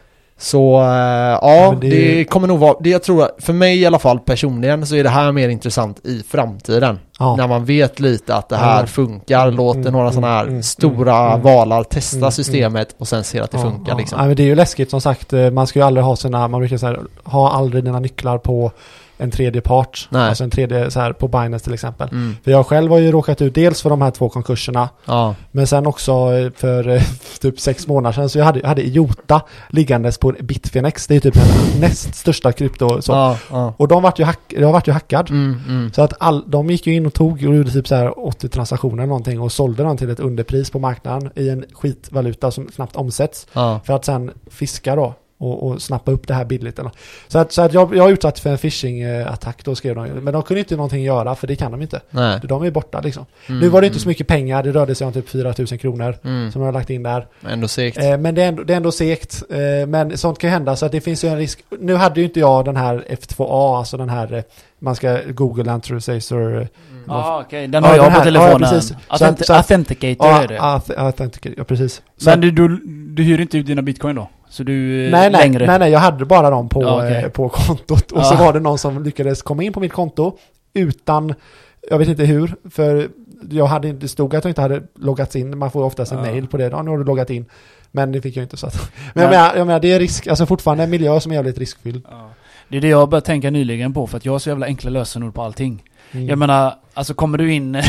Så äh, ja, men det, det- kommer nog vara, det jag tror, för mig i alla fall personligen så är det här mer intressant i framtiden. Ja. När man vet lite att det här Ja. funkar, låter Mm, några mm, sådana här mm, stora mm, valar testa mm, systemet och sen ser att det Ja, funkar ja. liksom. Ja, men det är ju läskigt som sagt. eh, Man ska ju aldrig ha sina, man brukar säga, ha aldrig dina nycklar på en tredje part. Nej. Alltså en tredje så här på Binance till exempel. Mm. För jag själv har ju råkat ut dels för de här två konkurserna. Ja. Men sen också eh, för eh, typ sex månader sedan så jag hade, jag hade IOTA liggandes på Bitfinex. Det är typ den näst största krypto. Så. Ja, ja. Och de vart ju, hack, jag vart ju hackad. Mm, mm. Så att all, de gick ju in och tog och gjorde typ så här åttio transaktioner eller någonting och sålde dem till ett underpris på marknaden i en skitvaluta som knappt omsätts. Ja. För att sen fiska då och, och snappa upp det här billigt. Eller. Så att, så att jag, jag är utsatt för en phishing-attack då skrev de. Men de kunde inte någonting göra för det kan de inte. Nej. De är borta liksom. Mm, Nu var det inte så mm, mycket pengar, det rörde sig om typ fyra tusen kronor mm. som jag har lagt in där. Ändå segt. Eh, men det är, ändå, det är ändå segt. Eh, men sånt kan hända så att det finns ju en risk. Nu hade ju inte jag den här F två A, alltså den här, eh, man ska Google Authorizer. Ja, okej. Den Ja, har jag den på här- telefonen. ja, precis. Så Authent- att- så att- Authenticator Ja, är det. ja, authentic- ja, precis. Så Men du, du, du hyr inte ut dina bitcoin då? Så du eh, nej, nej, längre? nej, nej, jag hade bara dem på, Ja, okej. eh, på kontot. Och Ja. så var det någon som lyckades komma in på mitt konto utan, jag vet inte hur, för jag hade inte, det stod att jag inte hade loggats in. Man får ju oftast en Ja. mail på det. Ja, nu har du loggat in. Men det fick jag inte så att. Men jag Nej. menar, jag menar, det är risk, alltså fortfarande en miljö som är jävligt riskfylld. Ja. Det är det jag börjat tänka nyligen på, för att jag har så jävla enkla lösenord på allting. Mm. Jag menar, alltså kommer du in...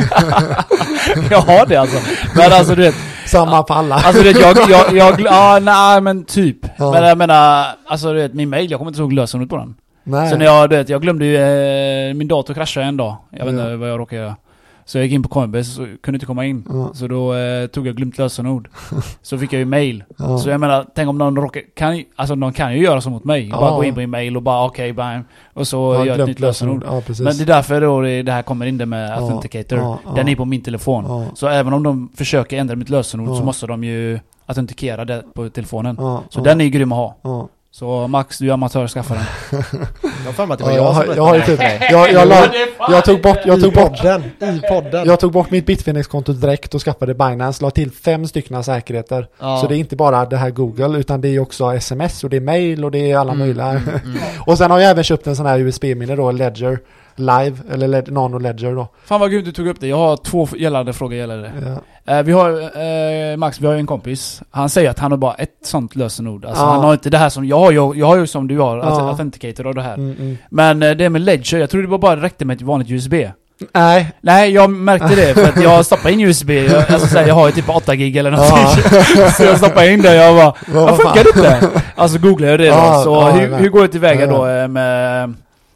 jag har det alltså. Men alltså du vet, Samma på alla. alltså du vet, jag, jag, jag, ja, nej men typ. Ja. Men jag menar, alltså du vet, min mail, jag kommer inte ihåg lösenord på den. Nej. Så när jag, du vet, jag glömde ju, eh, min dator kraschade en dag. Jag vet Ja. inte vad jag råkade göra. Så jag gick in på Coinbase och kunde inte komma in. Ja. Så då eh, tog jag glömt lösenord. Så fick jag ju mail. Ja. Så jag menar, tänk om någon råkar, kan, ju- alltså någon kan ju göra så mot mig. Ja. Bara gå in på min mail och bara okej, okay, bang. Och så Jag har gör ett glömt nytt lösenord. Ja, precis. Men det är därför då det, det här kommer in det med Ja, Authenticator. ja, ja. Den är på min telefon. Ja. Så även om de försöker ändra mitt lösenord Ja. så måste de ju autentikera det på telefonen. Ja, Så ja, den är ju grym att ha. ja. Så Max, du är amatör, skaffa den. Jag har för mig att det var Ja, jag, jag, som har- jag har ju typ, Nej. jag, jag, la, jag tog bort, jag I tog bort, podden. I podden. jag tog bort mitt Bitfinex-konto direkt och skaffade Binance, la till fem stycken säkerheter. Ja. Så det är inte bara det här Google utan det är också sms och det är mail och det är alla Mm, möjliga. mm, mm. Och sen har jag även köpt en sån här U S B-minne då, Ledger Live, eller Led, Nano Ledger då. Fan vad gud du tog upp det. Jag har två gällande frågor gällande det. Ja. Eh, vi har, eh, Max, vi har ju en kompis. Han säger att han har bara ett sånt lösenord. Alltså Ja. han har inte det här som jag har. Jag, jag har ju som du har, alltså Ja. Authenticator och det här. Mm, mm. Men eh, det med Ledger, jag tror det var bara räckte med ett vanligt U S B. Nej. Nej, jag märkte det för att jag stoppade in U S B. Jag, alltså, så här, jag har ju typ åtta gig eller någonting. Ja. Så jag stoppade in det. Jag bara, Vad vad funkar det inte? Alltså googlade jag det då. Ja, så ja, hur, men- hur går det tillväga Ja, ja. då eh, med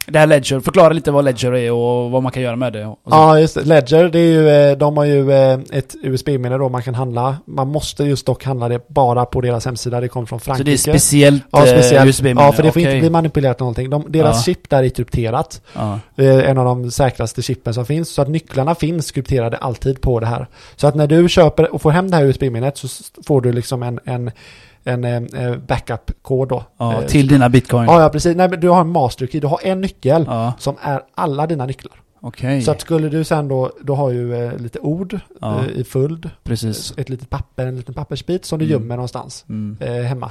Det här Ledger, förklara lite vad Ledger är och vad man kan göra med det. Och ja, just det. Ledger, det är ju, de har ju ett U S B-minne då man kan handla. Man måste just dock handla det bara på deras hemsida. Det kommer från Frankrike. Så det är speciellt, ja, speciellt. U S B-minne? Ja, för det får okay. inte bli manipulerat någonting. De, deras ja. chip där är krypterat. Ja. En av de säkraste chippen som finns. Så att nycklarna finns krypterade alltid på det här. Så att när du köper och får hem det här U S B-minnet så får du liksom en, en en eh, backup-kod då. Ja, eh, till dina bitcoin. Ja, ja, precis. Nej, du har en master key. Du har en nyckel ja. som är alla dina nycklar. Okay. Så att skulle du sen då, då har ju eh, lite ord ja. eh, i följd. Precis. Ett litet papper, en liten pappersbit som du mm. gömmer någonstans. Mm. Eh, hemma.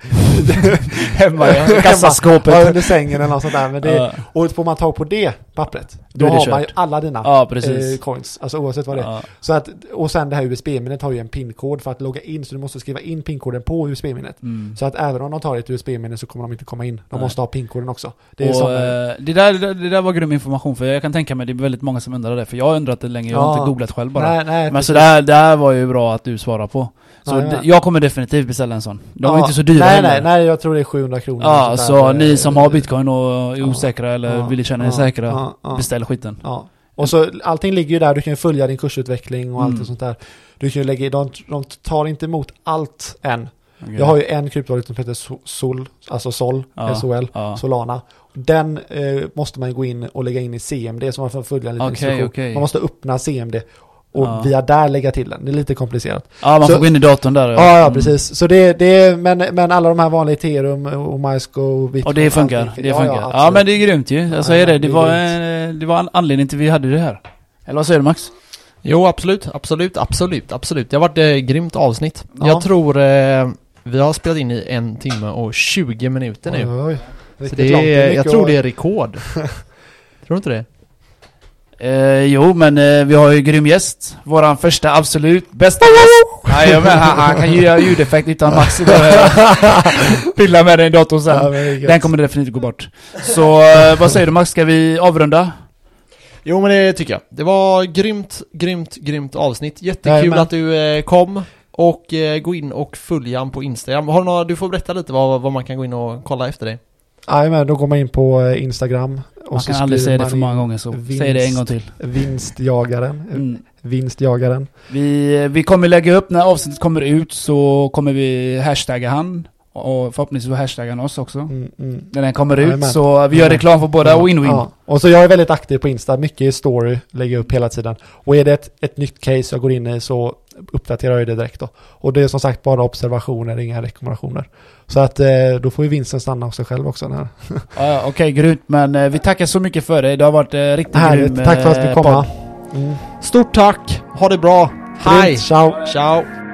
hemma, ja. Kassaskåpet. Ja, under sängen eller något sånt där. Men det, ja. Och får man tag på det pappret, då, då har man ju alla dina ja, eh, coins. Alltså oavsett vad det är. Ja. Så att, och sen det här U S B-minnet har ju en pinkod för att logga in. Så du måste skriva in pinkoden på U S B-minnet. Mm. Så att även om de tar ett U S B-minne så kommer de inte komma in. De Nej. måste ha pinkoden också. Det, är och, som, eh, det, där, det, det där var grym information. För jag kan tänka mig det är väldigt många som undrar det. För jag har undrat det länge. Jag har ja. inte googlat själv bara. Nej, nej, men så det här, det här var ju bra att du svarar på. Så ja, ja. d- jag kommer definitivt beställa en sån. De ja. är inte så dyra. Nej, nej, nej, jag tror det är sjuhundra kronor. Ja, så där. Ni som har bitcoin och är osäkra eller ja. vill känna er ja. säkra, ja. Ja. beställ skiten. Ja. Och så allting ligger ju där, du kan ju följa din kursutveckling och mm. allt och sånt där. Du kan ju lägga i, de, de tar inte emot allt än. Okay. Jag har ju en kryptovaluta som heter Sol, alltså Sol, ja. S O L, ja. Solana. Den eh, måste man gå in och lägga in i C M D så man får följa en liten okay, instruktion. Okay. Man måste öppna C M D och ja. via där lägga till den. Det är lite komplicerat. Ja, man så, får gå in i datorn där. Ja, ja, ja precis. Så det, det men, men alla de här vanliga Ethereum och MySco och Bitcoin. Och det funkar. Allting, det ja, funkar. Ja, ja, men det är grymt ju. Jag säger ja, det. Det, det var, en, det var en anledning till vi hade det här. Eller vad säger du, Max? Jo, absolut. Absolut, absolut, absolut. Det har varit ett grymt avsnitt. Ja. Jag tror eh, vi har spelat in i en timme och tjugo minuter nu. Oj, oj. Så det är, det är jag tror det är rekord. Tror du inte det? Eh, jo, men eh, vi har ju grym gäst. Våran första absolut bästa gäst. Nej, jag men, han, han kan ju göra ljudeffekt utan Max. Pilla med den i datorn sen. Ja, den kommer definitivt gå bort. Så eh, vad säger du, Max? Ska vi avrunda? Jo, men det tycker jag. Det var grymt, grymt, grymt avsnitt. Jättekul ja, att du eh, kom. Och eh, gå in och följa han på Instagram. Har du, några, du får berätta lite vad, vad man kan gå in och kolla efter dig. Ja, men då går man in på Instagram. Och man så kan aldrig säga det för många gånger, så vinst, säg det en gång till. Vinstjagaren. Mm. Vinstjagaren. Vi, vi kommer lägga upp, när avsnittet kommer ut så kommer vi hashtagga han. Och förhoppningsvis så hashtaggar han oss också. Mm, mm. När den kommer ut. Ja, så vi gör reklam för båda, ja, win-win. Ja. Och så jag är väldigt aktiv på Insta. Mycket story lägger upp hela tiden. Och är det ett, ett nytt case jag går in i så uppdaterar jag det direkt då. Och det är som sagt bara observationer, inga rekommendationer. Så att eh, då får ju vinsten stanna hos sig själv också. Här. Ja, okej, okay, grymt. Men eh, vi tackar så mycket för det. Det har varit eh, riktigt härligt. grym. Tack för att vi kom. Mm. Stort tack. Ha det bra. Hej. Ciao. Ciao.